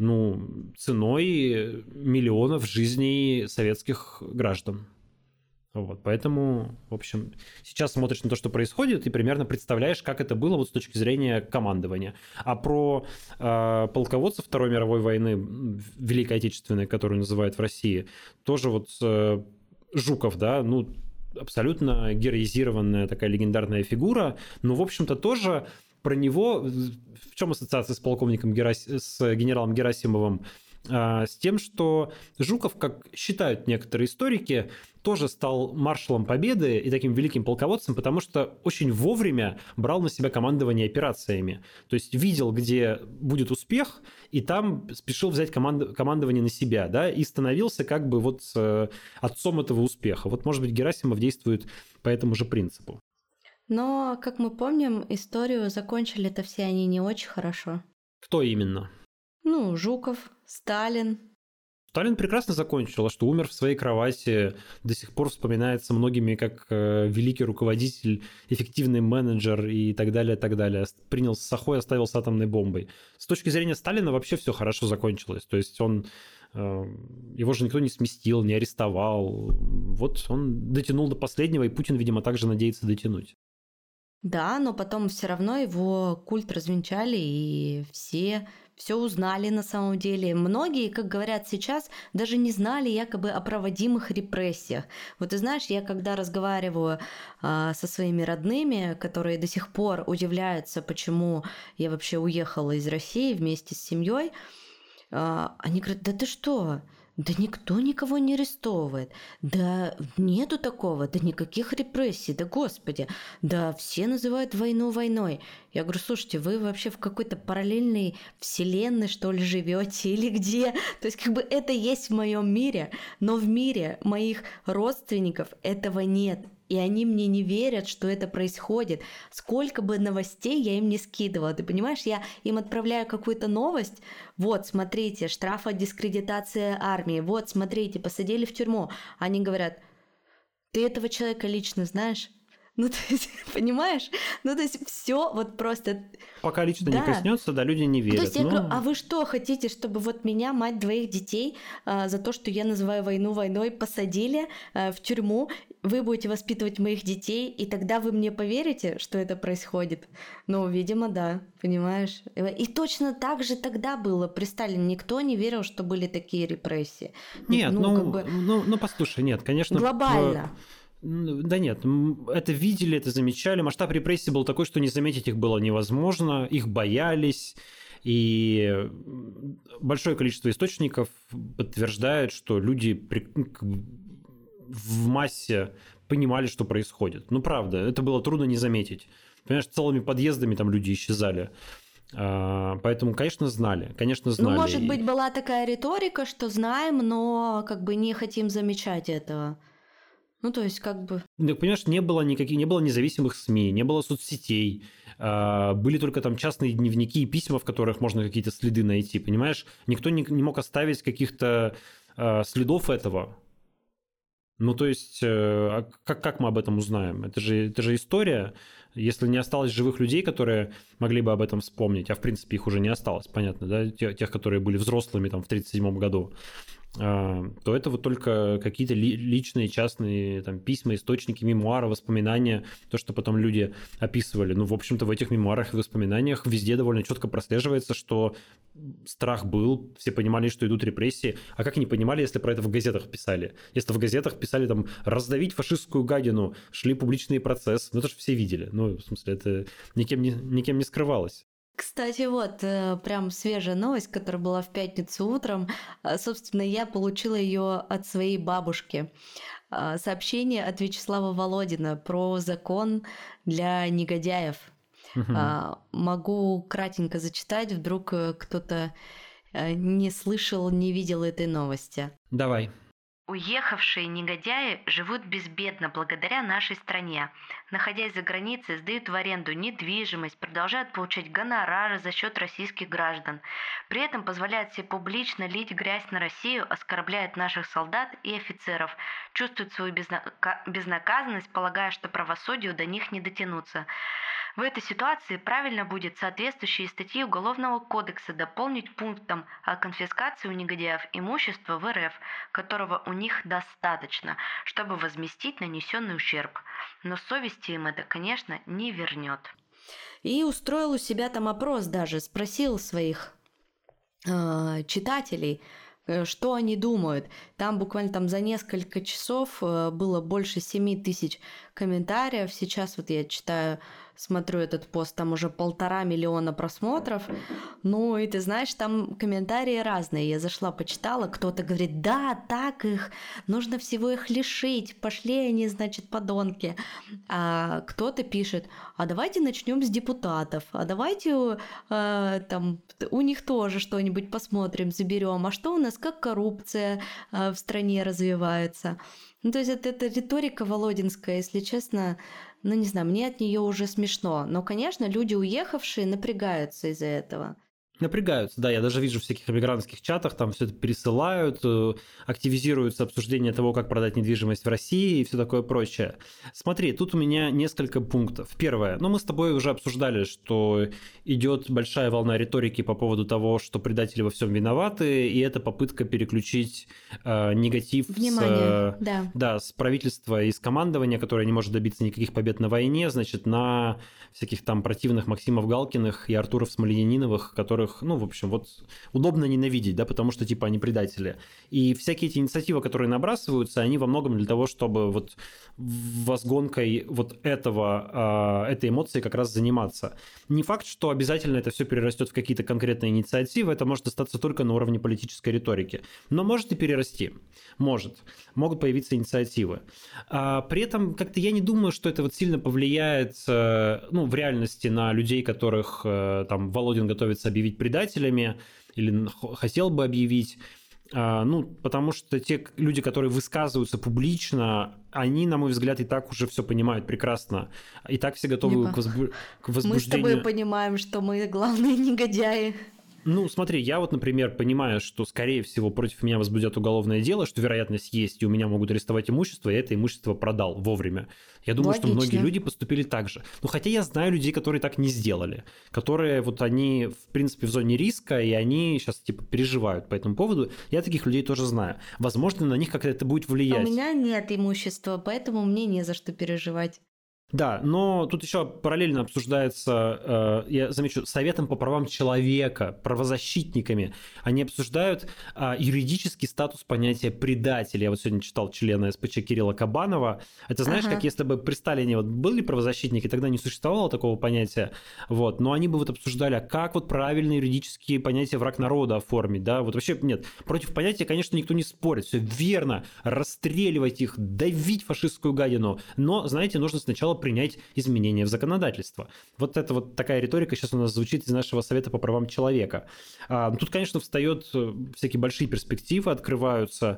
ценой миллионов жизней советских граждан. Вот, поэтому, в общем, сейчас смотришь на то, что происходит, и примерно представляешь, как это было вот с точки зрения командования. А про полководцев Второй мировой войны, Великой Отечественной, которую называют в России, тоже вот Жуков, да, абсолютно героизированная такая легендарная фигура, но, в общем-то, тоже про него, в чем ассоциация с с генералом Герасимовым? С тем, что Жуков, как считают некоторые историки, тоже стал маршалом Победы и таким великим полководцем, потому что очень вовремя брал на себя командование операциями. То есть видел, где будет успех, и там спешил взять командование на себя, да, и становился отцом этого успеха. Вот, может быть, Герасимов действует по этому же принципу.
Но, как мы помним, историю закончили-то все они не очень хорошо.
Кто именно?
Жуков, Сталин.
Сталин прекрасно закончил, а что умер в своей кровати, до сих пор вспоминается многими как великий руководитель, эффективный менеджер и так далее, так далее. Принял с Сахой, оставил с атомной бомбой. С точки зрения Сталина вообще все хорошо закончилось. То есть его же никто не сместил, не арестовал. Вот он дотянул до последнего, и Путин, видимо, также надеется дотянуть.
Да, но потом все равно его культ развенчали, и все узнали на самом деле. Многие, как говорят сейчас, даже не знали якобы о проводимых репрессиях. Вот ты знаешь, я когда разговариваю со своими родными, которые до сих пор удивляются, почему я вообще уехала из России вместе с семьей, они говорят: да ты что? Да никто никого не арестовывает, да нету такого, да никаких репрессий, да господи, да все называют войну войной. Я говорю: слушайте, вы вообще в какой-то параллельной вселенной, что ли, живете или где? То есть это есть в моем мире, но в мире моих родственников этого нет. И они мне не верят, что это происходит. Сколько бы новостей я им не скидывала. Ты понимаешь, я им отправляю какую-то новость. Вот, смотрите, штраф от дискредитации армии. Вот, смотрите, посадили в тюрьму. Они говорят: ты этого человека лично знаешь? То есть, понимаешь? То есть все вот просто...
Пока лично не коснется, да, люди не верят.
То есть я говорю: а вы что, хотите, чтобы вот меня, мать двоих детей, за то, что я называю войну войной, посадили в тюрьму? Вы будете воспитывать моих детей, и тогда вы мне поверите, что это происходит? Видимо, да, понимаешь? И точно так же тогда было при Сталине. Никто не верил, что были такие репрессии.
Нет, послушай, нет, конечно...
Глобально.
Да нет, это видели, это замечали. Масштаб репрессий был такой, что не заметить их было невозможно, их боялись. И большое количество источников подтверждает, что люди в массе понимали, что происходит. Правда, это было трудно не заметить. Понимаешь, целыми подъездами там люди исчезали. Поэтому, конечно, знали.
Может быть, была такая риторика, что знаем, но не хотим замечать этого. Ну, то есть, как бы...
Ну, понимаешь, не было независимых СМИ, не было соцсетей, были только там частные дневники и письма, в которых можно какие-то следы найти, понимаешь? Никто не мог оставить каких-то следов этого. Ну, то есть, как мы об этом узнаем? Это же история. Если не осталось живых людей, которые могли бы об этом вспомнить, а в принципе их уже не осталось, понятно, да, тех, которые были взрослыми там в 1937 году, то это вот только какие-то личные, частные там письма, источники, мемуары, воспоминания, то, что потом люди описывали. Ну, в общем-то, в этих мемуарах и воспоминаниях везде довольно четко прослеживается, что страх был, все понимали, что идут репрессии. А как они понимали, если про это в газетах писали? Если в газетах писали там «раздавить фашистскую гадину», шли публичные процессы, ну это же все видели. Ну, в смысле, это никем не скрывалось.
Кстати, вот прям свежая новость, которая была в пятницу утром. Собственно, я получила ее от своей бабушки. Сообщение от Вячеслава Володина про закон для негодяев. Могу кратенько зачитать, вдруг кто-то не слышал, не видел этой новости.
Давай.
Уехавшие негодяи живут безбедно благодаря нашей стране. Находясь за границей, сдают в аренду недвижимость, продолжают получать гонорары за счет российских граждан. При этом позволяют себе публично лить грязь на Россию, оскорбляют наших солдат и офицеров, чувствуют свою безнаказанность, полагая, что правосудию до них не дотянуться. В этой ситуации правильно будет соответствующие статьи Уголовного кодекса дополнить пунктом о конфискации у негодяев имущества в РФ, которого у них достаточно, чтобы возместить нанесенный ущерб. Но совести им это, конечно, не вернет. И устроил у себя там опрос даже, спросил своих читателей, что они думают. Там буквально за несколько часов было больше 7 тысяч комментариев. Сейчас вот я читаю, смотрю этот пост, там уже 1,5 миллиона просмотров. Ну, и ты знаешь, там комментарии разные. Я зашла, почитала, кто-то говорит, да, так их, нужно всего их лишить, пошли они, значит, подонки. А кто-то пишет, а давайте начнем с депутатов, а давайте там у них тоже что-нибудь посмотрим, заберем, а что у нас, как коррупция в стране развивается. Ну, то есть это риторика володинская, если честно, ну, не знаю, мне от нее уже смешно. Но, конечно, люди, уехавшие, напрягаются из-за этого.
Напрягаются, да, я даже вижу в всяких эмигрантских чатах, там все это пересылают, активизируется обсуждение того, как продать недвижимость в России и все такое прочее. Смотри, тут у меня несколько пунктов. Первое, мы с тобой уже обсуждали, что идет большая волна риторики по поводу того, что предатели во всем виноваты, и это попытка переключить негатив с правительства и с командования, которое не может добиться никаких побед на войне, значит, на всяких там противных Максимов Галкиных и Артуров Смольяниновых, которых, в общем, вот удобно ненавидеть, да, потому что, типа, они предатели. И всякие эти инициативы, которые набрасываются, они во многом для того, чтобы вот возгонкой вот этой эмоции как раз заниматься. Не факт, что обязательно это все перерастет в какие-то конкретные инициативы, это может остаться только на уровне политической риторики. Но может и перерасти. Могут появиться инициативы. При этом как-то я не думаю, что это вот сильно повлияет, в реальности на людей, которых там Володин готовится объявить предателями или хотел бы объявить. Потому что те люди, которые высказываются публично, они, на мой взгляд, и так уже все понимают прекрасно. И так все готовы к возбуждению.
Мы с тобой понимаем, что мы главные негодяи.
Смотри, я вот, например, понимаю, что, скорее всего, против меня возбудят уголовное дело, что вероятность есть, и у меня могут арестовать имущество, и это имущество продал вовремя. Я думаю, что многие люди поступили так же. Хотя я знаю людей, которые так не сделали, которые вот они, в принципе, в зоне риска, и они сейчас, переживают по этому поводу. Я таких людей тоже знаю. Возможно, на них как-то это будет влиять.
У меня нет имущества, поэтому мне не за что переживать.
Да, но тут еще параллельно обсуждается, я замечу, Советом по правам человека, правозащитниками. Они обсуждают юридический статус понятия предателя. Я вот сегодня читал члена СПЧ Кирилла Кабанова. Это знаешь, как если бы при Сталине были правозащитники, тогда не существовало такого понятия. Но они бы обсуждали, как правильно юридические понятия враг народа оформить. Да? Вообще нет. Против понятия, конечно, никто не спорит. Все верно. Расстреливать их, давить фашистскую гадину. Но, знаете, нужно сначала принять изменения в законодательство. Вот это вот такая риторика сейчас у нас звучит из нашего Совета по правам человека. Тут, конечно, встает всякие большие перспективы, открываются.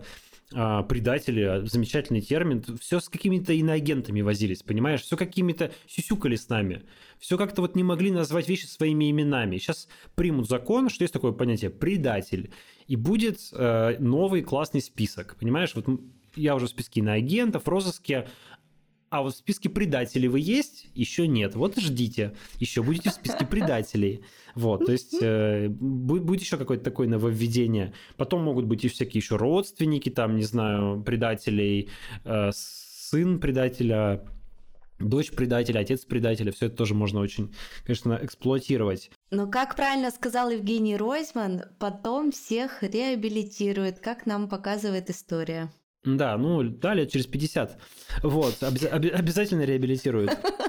предатели, замечательный термин, все с какими-то иноагентами возились, понимаешь, все какими-то сюсюкали с нами, все как-то вот не могли назвать вещи своими именами. Сейчас примут закон, что есть такое понятие предатель, и будет новый классный список, понимаешь, вот я уже в списке иноагентов, в розыске, а вот в списке предателей вы есть? Еще нет. Вот и ждите. Еще будете в списке предателей. Вот, то есть будет еще какое-то такое нововведение. Потом могут быть и всякие еще родственники, там, не знаю, предателей, сын предателя, дочь предателя, отец предателя. Все это тоже можно очень, конечно, эксплуатировать.
Но, как правильно сказал Евгений Ройзман, потом всех реабилитирует, как нам показывает история.
Да, лет через 50. Вот, обязательно реабилитируют.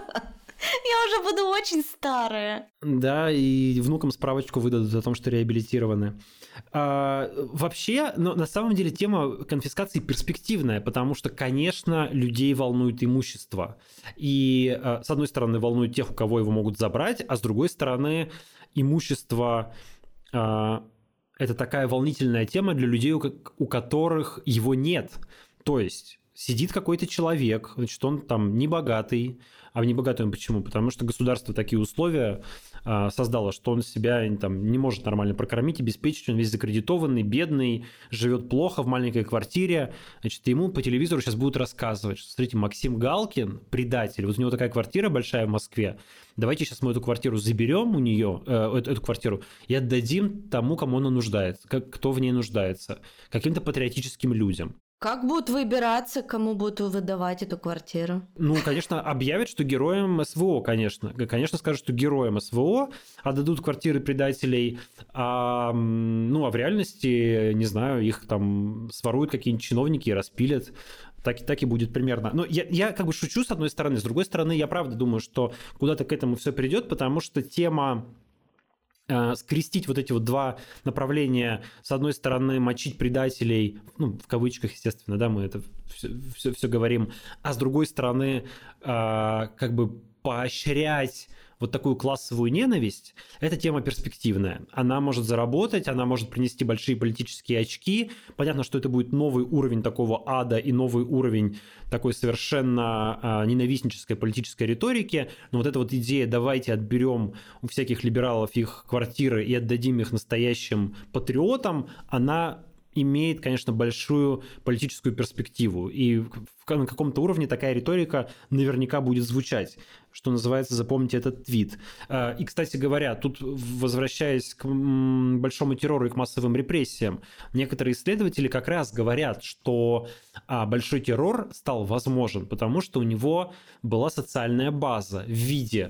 Я уже буду очень старая.
Да, и внукам справочку выдадут о том, что реабилитированы. Вообще, на самом деле тема конфискации перспективная, потому что, конечно, людей волнует имущество. И, с одной стороны, волнует тех, у кого его могут забрать, а с другой стороны, имущество... Это такая волнительная тема для людей, у которых его нет. То есть сидит какой-то человек, значит, он там не богатый. А не богатый он почему? Потому что государство такие условия создало, что он себя там не может нормально прокормить, обеспечить, он весь закредитованный, бедный, живет плохо в маленькой квартире. Значит, ему по телевизору сейчас будут рассказывать, что, смотрите, Максим Галкин, предатель, вот у него такая квартира большая в Москве, давайте сейчас мы эту квартиру заберем у нее, эту квартиру, и отдадим тому, кому она нуждается, кто в ней нуждается, каким-то патриотическим людям.
Как будут выбираться, кому будут выдавать эту квартиру?
Конечно, объявят, что героям СВО, конечно. Конечно, скажут, что героям СВО отдадут квартиры предателей, а в реальности, не знаю, их там своруют какие-нибудь чиновники и распилят. Так и будет примерно. Но я как бы шучу с одной стороны, с другой стороны, я правда думаю, что куда-то к этому все придет, потому что тема скрестить вот эти вот два направления, с одной стороны, мочить предателей, в кавычках, естественно, да, мы это все говорим, а с другой стороны, как бы поощрять вот такую классовую ненависть, эта тема перспективная. Она может заработать, она может принести большие политические очки. Понятно, что это будет новый уровень такого ада и новый уровень такой совершенно ненавистнической политической риторики. Но вот эта вот идея «давайте отберем у всяких либералов их квартиры и отдадим их настоящим патриотам», она имеет, конечно, большую политическую перспективу. И на каком-то уровне такая риторика наверняка будет звучать. Что называется, запомните этот твит. И, кстати говоря, тут, возвращаясь к большому террору и к массовым репрессиям, некоторые исследователи как раз говорят, что большой террор стал возможен, потому что у него была социальная база в виде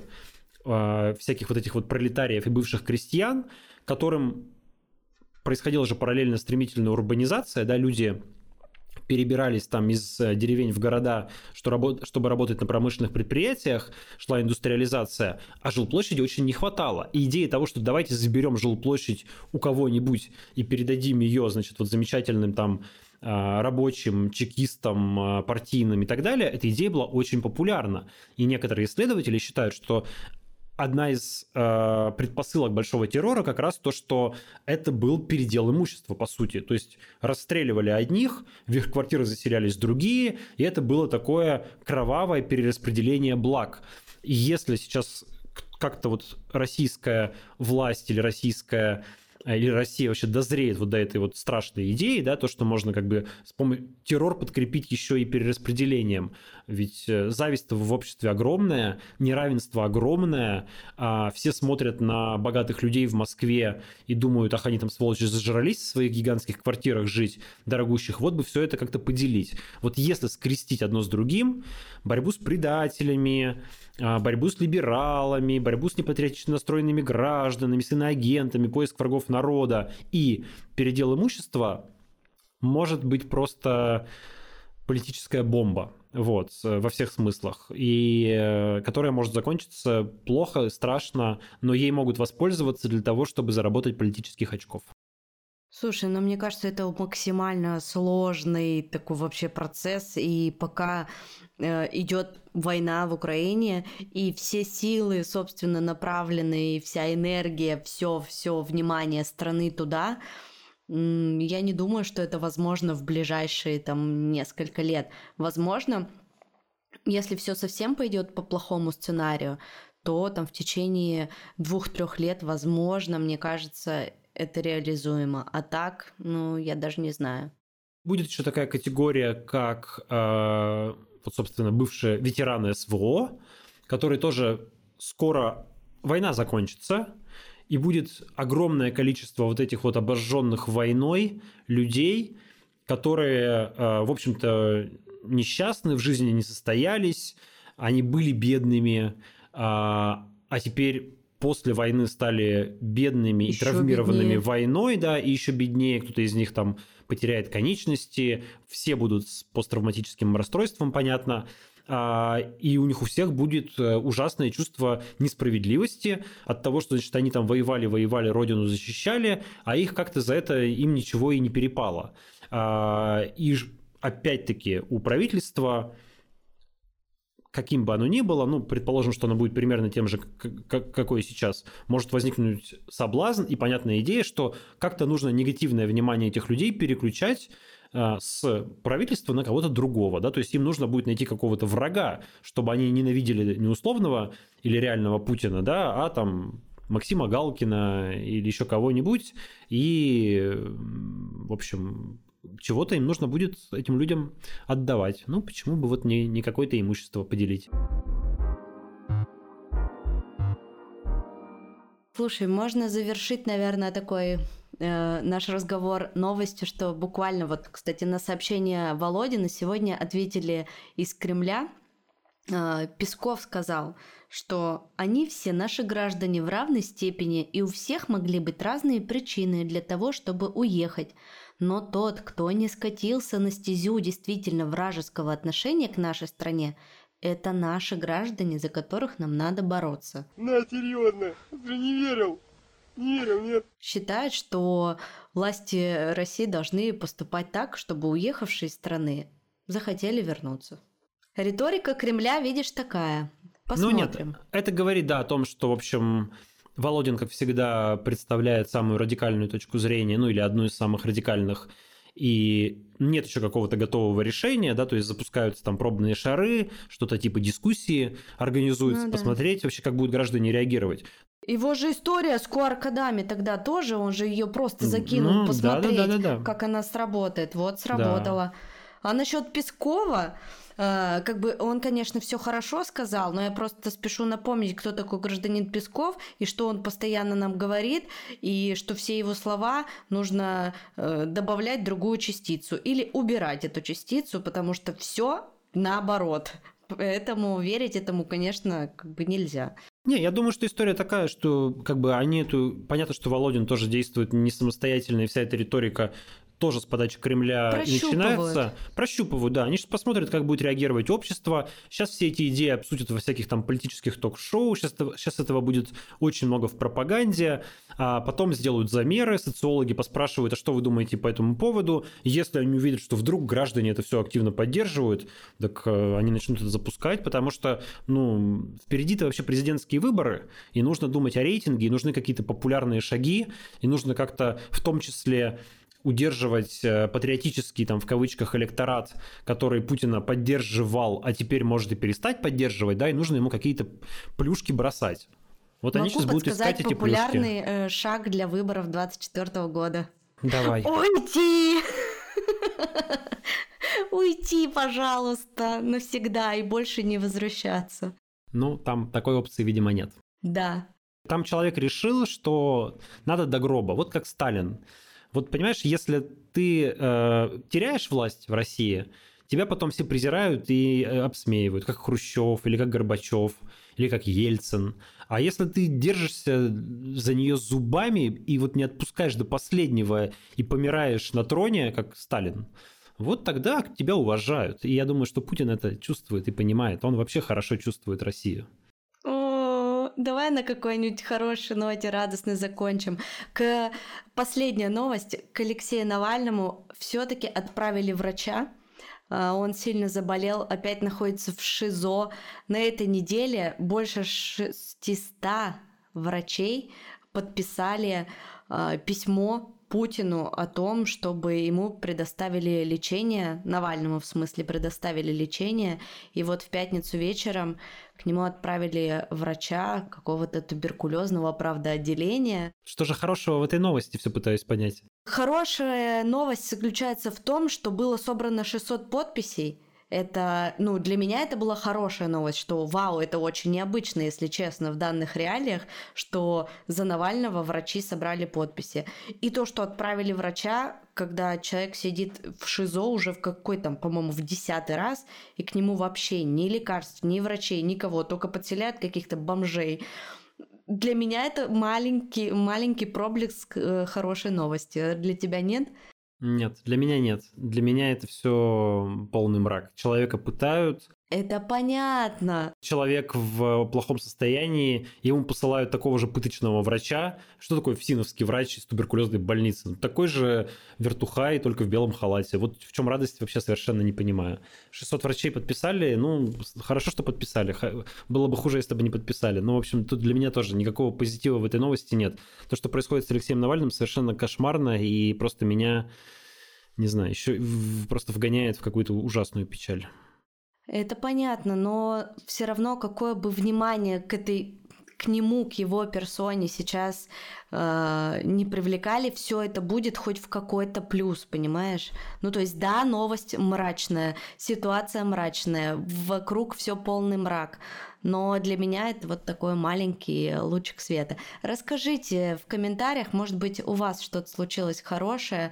всяких вот этих вот пролетариев и бывших крестьян, которым происходила же параллельно стремительная урбанизация, да, люди перебирались там из деревень в города, чтобы работать на промышленных предприятиях, шла индустриализация, а жилплощади очень не хватало. И идея того, что давайте заберем жилплощадь у кого-нибудь и передадим ее, значит, вот замечательным там рабочим, чекистам, партийным и так далее, эта идея была очень популярна. И некоторые исследователи считают, что одна из предпосылок большого террора как раз то, что это был передел имущества, по сути. То есть расстреливали одних, в их квартиры заселялись другие, и это было такое кровавое перераспределение благ. И если сейчас как-то вот российская власть или Россия вообще дозреет вот до этой вот страшной идеи, да, то, что можно как бы террор подкрепить еще и перераспределением. Ведь зависть в обществе огромная, неравенство огромное, все смотрят на богатых людей в Москве и думают, ах, они там, сволочи, зажрались в своих гигантских квартирах жить, дорогущих, вот бы все это как-то поделить. Вот если скрестить одно с другим, борьбу с предателями, борьбу с либералами, борьбу с непатриотично настроенными гражданами, с иноагентами, поиск врагов народа и передел имущества, может быть просто политическая бомба, вот, во всех смыслах, и которая может закончиться плохо, страшно, но ей могут воспользоваться для того, чтобы заработать политических очков.
Слушай, мне кажется, это максимально сложный такой вообще процесс, и пока идет война в Украине, и все силы, собственно, направлены, и вся энергия, все внимание страны туда, Я не думаю, что это возможно в ближайшие там несколько лет. Возможно, если все совсем пойдет по плохому сценарию, то там в течение 2-3 лет, возможно, мне кажется, это реализуемо. А так, я даже не знаю.
Будет еще такая категория, как, вот, собственно, бывшие ветераны СВО, которые тоже скоро война закончится, и будет огромное количество вот этих вот обожженных войной людей, которые, в общем-то, несчастны, в жизни не состоялись, они были бедными, а теперь после войны стали бедными и
Ещё
травмированными
беднее.
войной, да, и еще беднее, кто-то из них там потеряет конечности, все будут с посттравматическим расстройством, понятно, и у них у всех будет ужасное чувство несправедливости от того, что, значит, они там воевали, родину защищали, а их как-то за это им ничего и не перепало. И опять-таки у правительства, каким бы оно ни было, предположим, что оно будет примерно тем же, какое сейчас, может возникнуть соблазн и понятная идея, что как-то нужно негативное внимание этих людей переключать с правительства на кого-то другого, да, то есть им нужно будет найти какого-то врага, чтобы они ненавидели не условного или реального Путина, да, а там Максима Галкина или еще кого-нибудь, и, в общем, чего-то им нужно будет этим людям отдавать. Почему бы вот не какое-то имущество поделить?
Слушай, можно завершить, наверное, такой наш разговор новостью, что буквально вот, кстати, на сообщение Володина сегодня ответили из Кремля. Песков сказал, что они все наши граждане в равной степени, и у всех могли быть разные причины для того, чтобы уехать. Но тот, кто не скатился на стезю действительно вражеского отношения к нашей стране, это наши граждане, за которых нам надо бороться.
Серьезно, ты не верил? Не верил, нет.
Считает, что власти России должны поступать так, чтобы уехавшие из страны захотели вернуться. Риторика Кремля, видишь, такая. Посмотрим.
Нет, это говорит, да, о том, что, в общем, Володин, как всегда, представляет самую радикальную точку зрения, или одну из самых радикальных, и нет еще какого-то готового решения, да, то есть запускаются там пробные шары, что-то типа дискуссии организуются, посмотреть вообще, как будут граждане реагировать.
Его же история с QR-кодами тогда тоже, он же ее просто закинул посмотреть, как она сработает. Вот, сработала. Да. А насчет Пескова, он, конечно, все хорошо сказал, но я просто спешу напомнить, кто такой гражданин Песков, и что он постоянно нам говорит, и что все его слова нужно добавлять другую частицу или убирать эту частицу, потому что все наоборот. Поэтому верить этому, конечно, нельзя.
Не, я думаю, что история такая, что понятно, что Володин тоже действует не самостоятельно, и вся эта риторика тоже с подачи Кремля и начинается. Прощупывают, да. Они сейчас посмотрят, как будет реагировать общество. Сейчас все эти идеи обсудят во всяких там политических ток-шоу. Сейчас этого будет очень много в пропаганде. А потом сделают замеры, социологи поспрашивают, а что вы думаете по этому поводу. Если они увидят, что вдруг граждане это все активно поддерживают, так они начнут это запускать, потому что, впереди-то вообще президентские выборы, и нужно думать о рейтинге, и нужны какие-то популярные шаги, и нужно как-то в том числе удерживать патриотический, там, в кавычках, электорат, который Путина поддерживал, а теперь может и перестать поддерживать, да, и нужно ему какие-то плюшки бросать. Вот они сейчас будут искать эти плюшки.
Популярный шаг для выборов 2024 года.
Давай.
Уйти! Уйти, пожалуйста, навсегда и больше не возвращаться.
Там такой опции, видимо, нет.
Да.
Там человек решил, что надо до гроба, вот как Сталин. Вот понимаешь, если ты теряешь власть в России, тебя потом все презирают и обсмеивают, как Хрущев, или как Горбачев, или как Ельцин. А если ты держишься за нее зубами и вот не отпускаешь до последнего и помираешь на троне, как Сталин, вот тогда тебя уважают. И я думаю, что Путин это чувствует и понимает. Он вообще хорошо чувствует Россию.
Давай на какой-нибудь хорошей ноте радостной закончим. Последняя новость. К Алексею Навальному все-таки отправили врача. Он сильно заболел, опять находится в ШИЗО. На этой неделе больше 600 врачей подписали письмо Путину о том, чтобы ему предоставили лечение, Навальному в смысле предоставили лечение, и вот в пятницу вечером к нему отправили врача какого-то туберкулезного, правда, отделения.
Что же хорошего в этой новости, все пытаюсь понять.
Хорошая новость заключается в том, что было собрано 600 подписей. Это, для меня это была хорошая новость, что вау, это очень необычно, если честно, в данных реалиях, что за Навального врачи собрали подписи. И то, что отправили врача, когда человек сидит в ШИЗО уже в какой-то, по-моему, в 10-й раз, и к нему вообще ни лекарств, ни врачей, никого, только подселяют каких-то бомжей. Для меня это маленький проблеск хорошей новости. Для тебя нет?
Нет, для меня нет. Для меня это все полный мрак. Человека пытают.
Это понятно.
Человек в плохом состоянии, ему посылают такого же пыточного врача. Что такое ФСИНовский врач из туберкулезной больницы? Такой же вертухай, только в белом халате. Вот в чем радость, вообще совершенно не понимаю. 600 врачей подписали, хорошо, что подписали. Было бы хуже, если бы не подписали. Но, в общем, тут для меня тоже никакого позитива в этой новости нет. То, что происходит с Алексеем Навальным, совершенно кошмарно и просто меня, не знаю, еще просто вгоняет в какую-то ужасную печаль.
Это понятно, но все равно какое бы внимание к нему, к его персоне сейчас не привлекали, все это будет хоть в какой-то плюс, понимаешь? То есть, да, новость мрачная, ситуация мрачная, вокруг все полный мрак, но для меня это вот такой маленький лучик света. Расскажите в комментариях, может быть, у вас что-то случилось хорошее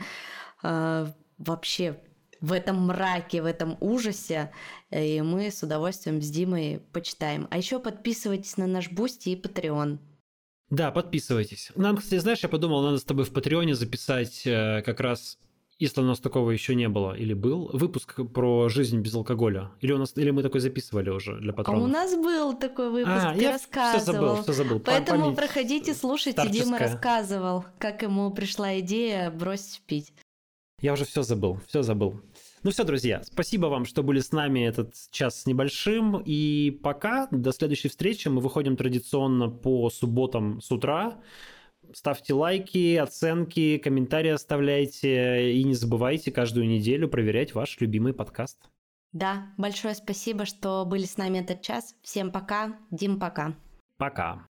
вообще в этом мраке, в этом ужасе, и мы с удовольствием с Димой почитаем. А еще подписывайтесь на наш Бусти и Patreon.
Да, подписывайтесь. Нам, кстати, знаешь, я подумал, надо с тобой в Патреоне записать как раз, если у нас такого еще не было, или был, выпуск про жизнь без алкоголя. Или мы такой записывали уже для патронов.
А у нас был такой выпуск, ты рассказывал.
Все забыл.
Поэтому
Память
проходите, слушайте,
старческая.
Дима рассказывал, как ему пришла идея бросить пить.
Я уже все забыл. Ну все, друзья, спасибо вам, что были с нами этот час с небольшим. И пока, до следующей встречи. Мы выходим традиционно по субботам с утра. Ставьте лайки, оценки, комментарии оставляйте. И не забывайте каждую неделю проверять ваш любимый подкаст.
Да, большое спасибо, что были с нами этот час. Всем пока. Дим, пока.
Пока.